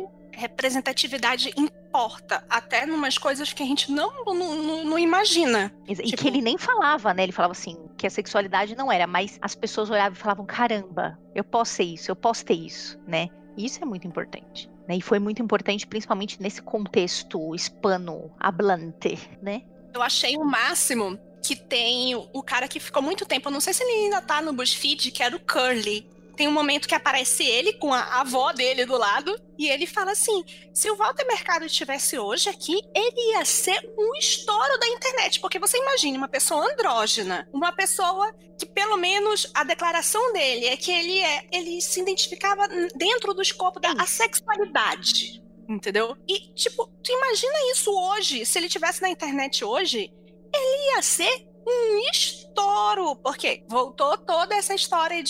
Representatividade importa, até numas coisas que a gente não imagina. E que ele nem falava, né? Ele falava assim, que a sexualidade não era, mas as pessoas olhavam e falavam, caramba, eu posso ser isso, eu posso ter isso, né? E isso é muito importante. E foi muito importante, principalmente nesse contexto hispano-hablante, né? Eu achei o máximo que tem o cara que ficou muito tempo, eu não sei se ele ainda tá no BuzzFeed, que era o Curly. Tem um momento que aparece ele com a avó dele do lado, e ele fala assim, se o Walter Mercado estivesse hoje aqui, ele ia ser um estouro da internet, porque você imagina uma pessoa andrógena, uma pessoa que pelo menos a declaração dele é que ele se identificava dentro do escopo da assexualidade, entendeu? E tipo, tu imagina isso hoje, se ele estivesse na internet hoje, ele ia ser um estouro, porque voltou toda essa história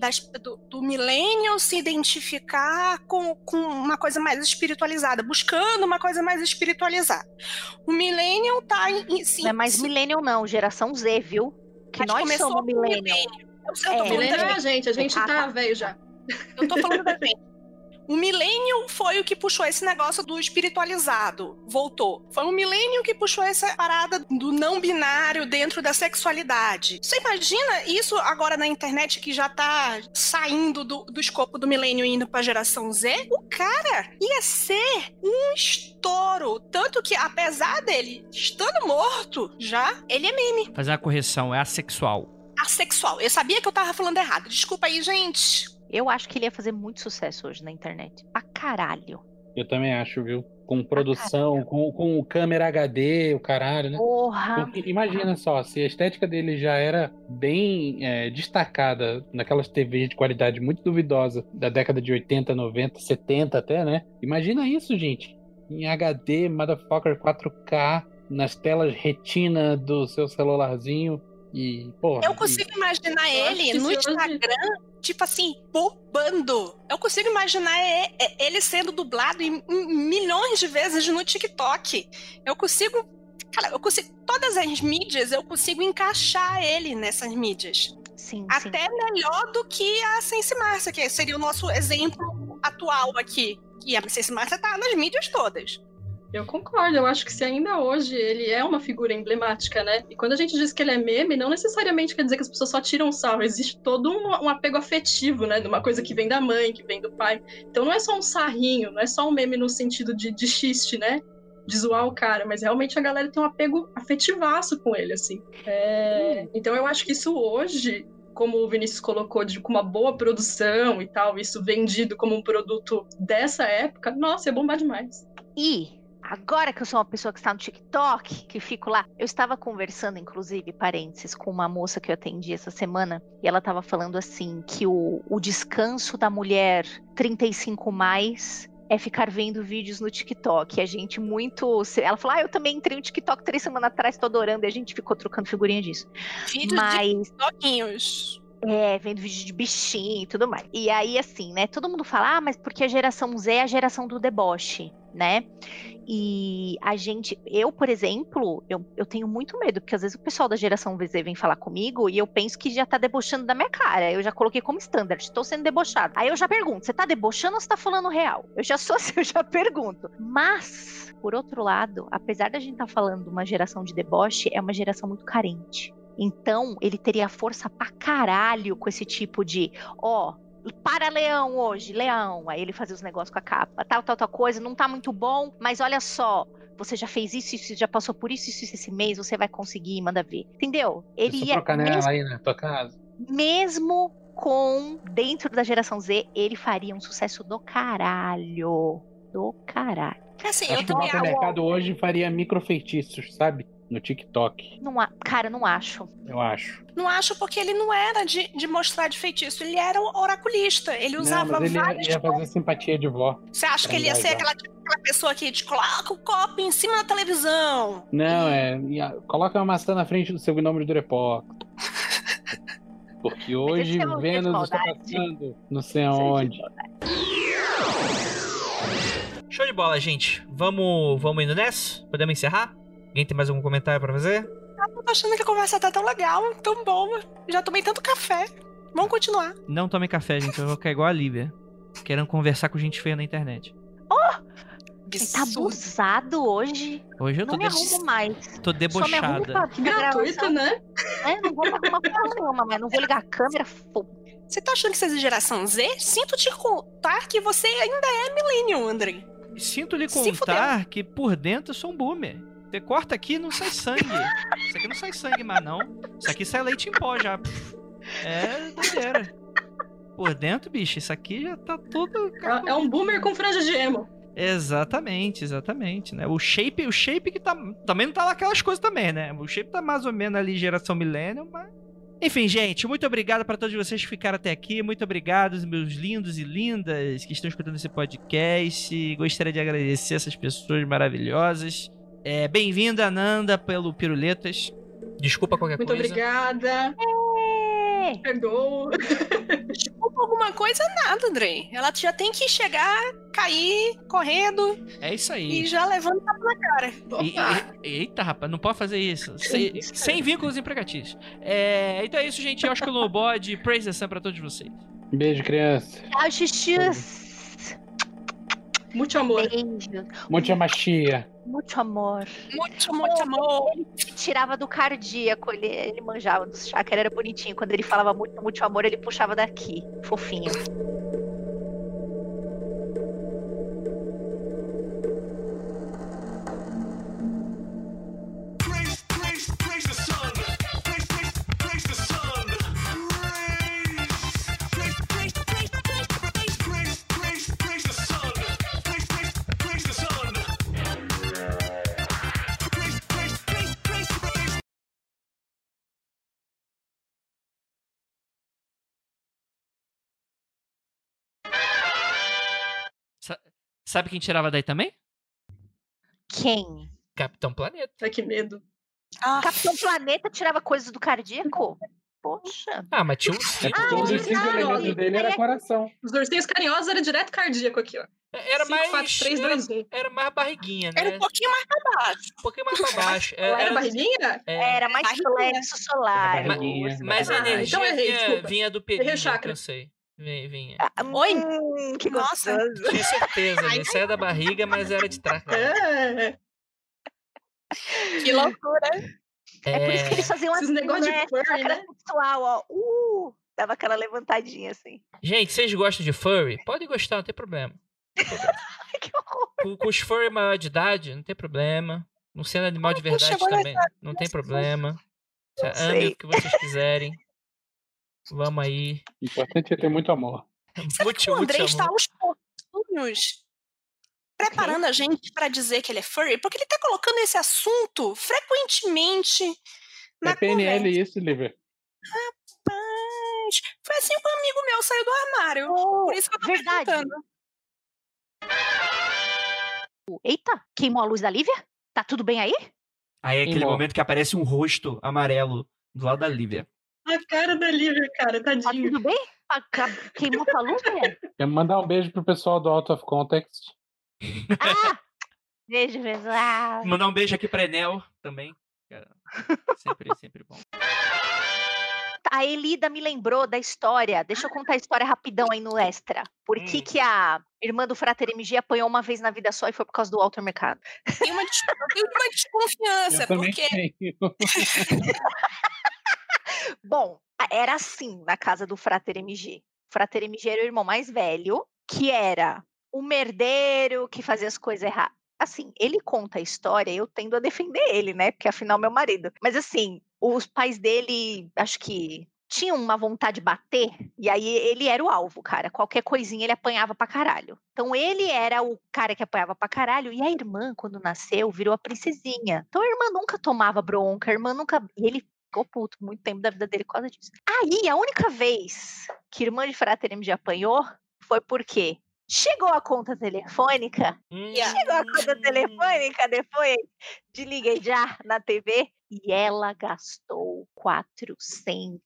do millennial se identificar com uma coisa mais espiritualizada, buscando uma coisa mais espiritualizada. O millennial tá em... Não é mais millennial não, geração Z, viu? Que mas nós somos millennial. Millennial é a gente tá velho já. Eu tô falando da gente. O millennial foi o que puxou esse negócio do espiritualizado. Voltou. Foi o millennial que puxou essa parada do não binário dentro da sexualidade. Você imagina isso agora na internet que já tá saindo do escopo do millennial e indo pra geração Z? O cara ia ser um estouro. Tanto que, apesar dele estando morto já, ele é meme. Fazer uma correção, é assexual. Assexual. Eu sabia que eu tava falando errado. Desculpa aí, gente. Eu acho que ele ia fazer muito sucesso hoje na internet. Pra caralho. Eu também acho, viu? Com produção, com câmera HD, o caralho, né? Porra! Porque imagina só, se a estética dele já era bem destacada naquelas TVs de qualidade muito duvidosa da década de 80, 90, 70 até, né? Imagina isso, gente. Em HD, motherfucker 4K, nas telas retina do seu celularzinho. E, porra, eu consigo imaginar ele no Instagram, tipo assim, bombando. Eu consigo imaginar ele sendo dublado em milhões de vezes no TikTok. Eu consigo Cara, eu consigo. Todas as mídias eu consigo encaixar ele nessas mídias. Sim, sim. Até melhor do que a Sense Márcia, que seria o nosso exemplo atual aqui. E a Sense Márcia tá nas mídias todas. Eu concordo, eu acho que se ainda hoje ele é uma figura emblemática, né? E quando a gente diz que ele é meme, não necessariamente quer dizer que as pessoas só tiram sarro, existe todo um apego afetivo, né? De uma coisa que vem da mãe, que vem do pai. Então não é só um sarrinho, não é só um meme no sentido de xiste, né? De zoar o cara, mas realmente a galera tem um apego afetivaço com ele, assim. Então eu acho que isso hoje, como o Vinícius colocou, com uma boa produção e tal, isso vendido como um produto dessa época, nossa, ia bombar demais. E agora que eu sou uma pessoa que está no TikTok, que fico lá, eu estava conversando, inclusive, parênteses, com uma moça que eu atendi essa semana, e ela estava falando assim, que o descanso da mulher 35+, é ficar vendo vídeos no TikTok. E a gente muito... Ela falou, eu também entrei no TikTok 3 semanas atrás, tô adorando, e a gente ficou trocando figurinha disso. Vídeos de TikTokinhos. Vendo vídeo de bichinho e tudo mais. E aí, assim, né, todo mundo fala, mas porque a geração Z é a geração do deboche, né? E eu, por exemplo, eu tenho muito medo, porque às vezes o pessoal da geração Z vem falar comigo e eu penso que já tá debochando da minha cara. Eu já coloquei como standard, estou sendo debochado. Aí eu já pergunto, você tá debochando ou você tá falando real? Eu já sou assim, eu já pergunto. Mas, por outro lado, apesar da gente estar falando de uma geração de deboche, é uma geração muito carente. Então, ele teria força pra caralho com esse tipo de, para leão hoje, leão. Aí ele fazia os negócios com a capa, tal coisa, não tá muito bom, mas olha só, você já fez isso, já passou por isso esse mês, você vai conseguir, manda ver. Entendeu? Ele ia... Soprou canela aí na tua casa. Mesmo dentro da geração Z, ele faria um sucesso do caralho. Do caralho. Assim, Acho que o Walter Mercado hoje faria microfeitiços, sabe? No TikTok. Cara, não acho. Eu acho. Não acho porque ele não era de mostrar de feitiço, ele era um oraculista. Ele usava mas ele vários... ia fazer simpatia de vó. Você acha que ele ia ser aquela pessoa que te coloca o copo em cima da televisão? Não, coloca uma maçã na frente do seu nome de Durepox. Porque hoje Vênus está passando não sei aonde. Show de bola, gente. Vamos indo nessa? Podemos encerrar? Alguém tem mais algum comentário pra fazer? Eu tô achando que a conversa tá tão legal, tão boa. Já tomei tanto café. Vamos continuar. Não tome café, gente. Eu vou ficar igual a Lívia, querendo conversar com gente feia na internet. Você tá abusado hoje? Hoje eu tô não me arrumo mais. Tô debochada. Gratuito, né? Não vou me arrumar pra nenhuma, mas não vou ligar a câmera, Você tá achando que você é de geração Z? Sinto te contar que você ainda é millennial, Andrei. Sinto lhe contar que por dentro eu sou um boomer. Você corta aqui e não sai sangue. Isso aqui não sai sangue mais, não. Isso aqui sai leite em pó já. É doideira. Por dentro, bicho, isso aqui já tá tudo... É um boomer com franja de emo. Exatamente, né? O shape que tá... Também não tá lá aquelas coisas também, né? O shape tá mais ou menos ali geração millennial, mas... Enfim, gente, muito obrigado para todos vocês que ficaram até aqui. Muito obrigado, meus lindos e lindas que estão escutando esse podcast. Gostaria de agradecer essas pessoas maravilhosas. Bem-vinda, Nanda, pelo Piruletas. Desculpa qualquer coisa. Muito obrigada. Perdoa. Desculpa alguma coisa, nada, Andrei. Ela já tem que chegar, cair, correndo. É isso aí. E já levando tapa na cara. Eita, rapaz, não pode fazer isso. Sem vínculos empregatícios. Então é isso, gente. Eu acho que o Lobode, praise the sun pra todos vocês. Beijo, criança. Tchau, xixis. Muito amor. Beijo. Muita machia. Muito amor. Muito amor. Ele tirava do cardíaco, ele manjava dos chakras, era bonitinho. Quando ele falava muito amor, ele puxava daqui. Fofinho. Sabe quem tirava daí também? Quem? Capitão Planeta. Ai, que medo. Capitão Planeta tirava coisas do cardíaco? Poxa. Ah, mas tinha um É ciclo. porque um dos 5 verdade. elementos dele era coração. Os ursinhos carinhosos era direto cardíaco aqui, ó. Era 5, mais. 4, 3, 2, 1. Era mais barriguinha, né? Era um pouquinho mais pra baixo. Um pouquinho mais pra baixo. Era barriguinha? Era mais barriguinha. plexo solar. Barriguinha. Mas a Ah, energia então errei, desculpa. vinha do Errei o períneo, que chakra. eu sei. Vinha. Oi? Que Nossa. gostoso. Tinha certeza, ele saia da barriga, mas era de trás. É. Que loucura. É por isso que eles faziam Esses assim, negócios de né? furry, Chakra né? sexual, ó. Dava aquela levantadinha assim. Gente, vocês gostam de furry? Pode gostar, não tem problema. Que horror. Com os furry maior de idade, não tem problema. Não sendo animal de verdade chegou também, não tem problema. Amem sei. o que vocês quiserem. Vamos aí. O importante é ter muito amor. Será que o Andrei está aos pouquinhos preparando a gente pra dizer que ele é furry? Porque ele tá colocando esse assunto frequentemente na É PNL conversa. isso, Lívia. Rapaz, foi assim que um amigo meu saiu do armário. Oh, Por isso que eu tô verdade. perguntando. Eita, queimou a luz da Lívia? Tá tudo bem aí? Aí é aquele Irmão. momento que aparece um rosto amarelo do lado da Lívia. A cara da Lívia, cara, Tá tadinho. tudo bem? Queimou tua luz, mulher? Quer mandar um beijo pro pessoal do Out of Context. Ah! Beijo, pessoal. Mandar um beijo aqui pra Enel também. Cara, sempre bom. A Elida me lembrou da história. Deixa eu contar a história rapidão aí no extra. Por que a irmã do Frater MG apanhou uma vez na vida só e foi por causa do Walter Mercado? Tem uma desconfiança, Eu também porque tenho. Bom, era assim na casa do Frater MG. O Frater MG era o irmão mais velho, que era o merdeiro, que fazia as coisas erradas. Assim, ele conta a história, eu tendo a defender ele, né? Porque afinal é meu marido. Mas assim, os pais dele, acho que tinham uma vontade de bater, e aí ele era o alvo, cara. Qualquer coisinha ele apanhava pra caralho. Então ele era o cara que apanhava pra caralho, e a irmã, quando nasceu, virou a princesinha. Então a irmã nunca tomava bronca, a irmã nunca... E ele ficou puto muito tempo da vida dele por causa disso. Aí, a única vez que a irmã de Frater MG apanhou foi porque chegou a conta telefônica, chegou a conta telefônica depois de Ligue Já na TV, e ela gastou R$400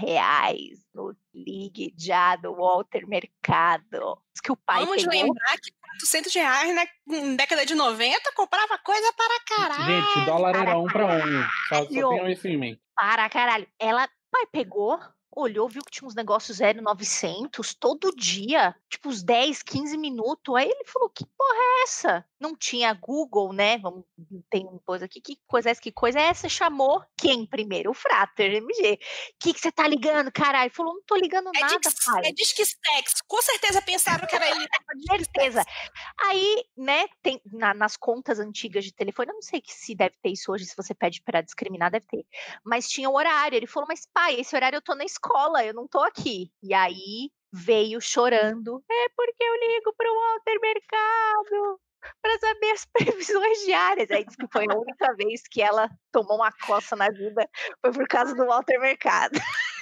no Ligue Já do Walter Mercado. Diz que o pai vamos pegou... lembrar que R$400 na década de 90 comprava coisa para caralho. Gente, o dólar era 1 para 1. Só tenham isso em mente. Para caralho. Ela, pai, pegou, olhou, viu que tinha uns negócios 0,900 todo dia, tipo uns 10, 15 minutos. Aí ele falou, que porra é essa? Não tinha Google, né? Tem uma coisa aqui, que coisa é essa? Chamou quem primeiro? O Frater MG. Que você tá ligando, caralho? Falou, não tô ligando nada, pai. É Disque Sex. Com certeza pensaram que era ele. Certeza. Aí, né, tem nas contas antigas de telefone, eu não sei se deve ter isso hoje, se você pede pra discriminar, deve ter. Mas tinha o horário. Ele falou, mas pai, esse horário eu tô na escola, eu não tô aqui. E aí veio chorando. É porque eu ligo pro Walter Mercado pra saber as previsões diárias. Aí disse que foi a única vez que ela tomou uma coça na vida, foi por causa do Walter Mercado.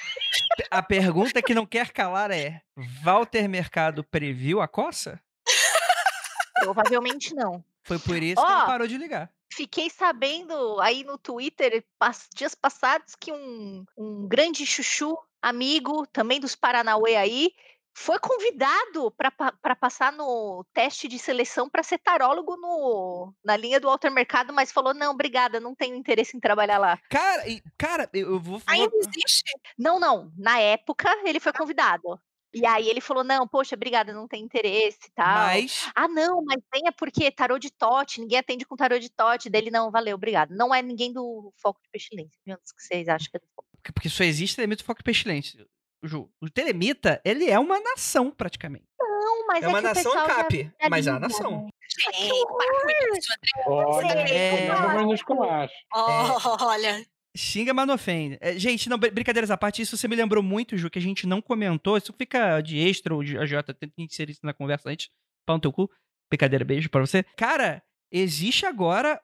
A pergunta que não quer calar é: Walter Mercado previu a coça? Provavelmente não. Foi por isso que ele parou de ligar. Fiquei sabendo aí no Twitter, dias passados, que um grande chuchu, amigo, também dos Paranauê aí, foi convidado para passar no teste de seleção para ser tarólogo na linha do Walter Mercado, mas falou, não, obrigada, não tenho interesse em trabalhar lá. Cara, eu vou... Ainda existe? Não, na época ele foi convidado. E aí ele falou, não, poxa, obrigada, não tem interesse e tal. Mas... Ah, não, mas venha porque tarô de Tote, ninguém atende com tarô de Tote. Dele, não, valeu, obrigado. Não é ninguém do Foco de Pestilência, viu? Que vocês acham que é do Foco. Porque só existe Telemita e Foco de Pestilência. O Telemita, ele é uma nação, praticamente. Não, mas É uma que o nação pessoal cap, já mas é uma liga, nação. né? Gente, para com isso, André. Olha, não nos esculacho. Olha. Xinga, mas não ofende. Gente, não, brincadeiras à parte, isso você me lembrou muito, Ju, que a gente não comentou. Isso fica de extra ou de AJ, tenta inserir isso na conversa antes. Pau no teu cu. Brincadeira, beijo pra você. Cara, existe agora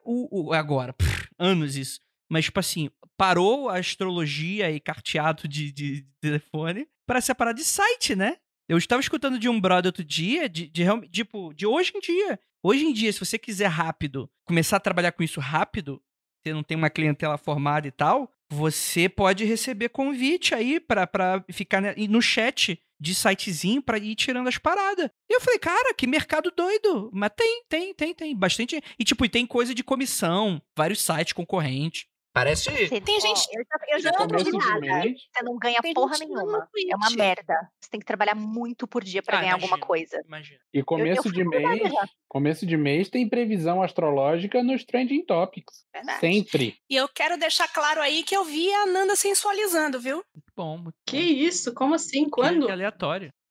anos isso. Mas, tipo assim, parou a astrologia e carteado de telefone pra separar de site, né? Eu estava escutando de um brother outro dia, de hoje em dia. Hoje em dia, se você quiser rápido, começar a trabalhar com isso rápido, você não tem uma clientela formada e tal, você pode receber convite aí pra ficar no chat de sitezinho pra ir tirando as paradas. E eu falei, cara, que mercado doido. Mas tem bastante. E tipo, e tem coisa de comissão, vários sites concorrentes. Parece. Tem gente- Eu já tô Começo de convidada. mês. Você não ganha Tem porra gente no nenhuma. É uma Twitch. merda. Você tem que trabalhar muito por dia pra ganhar alguma coisa. Imagina. E começo fui de convidada mês. já. Começo de mês tem previsão astrológica nos Trending Topics. Verdade. Sempre. E eu quero deixar claro aí que eu vi a Nanda sensualizando, viu? Muito bom. Muito Que bom. isso? Como assim? Que Quando? aleatório.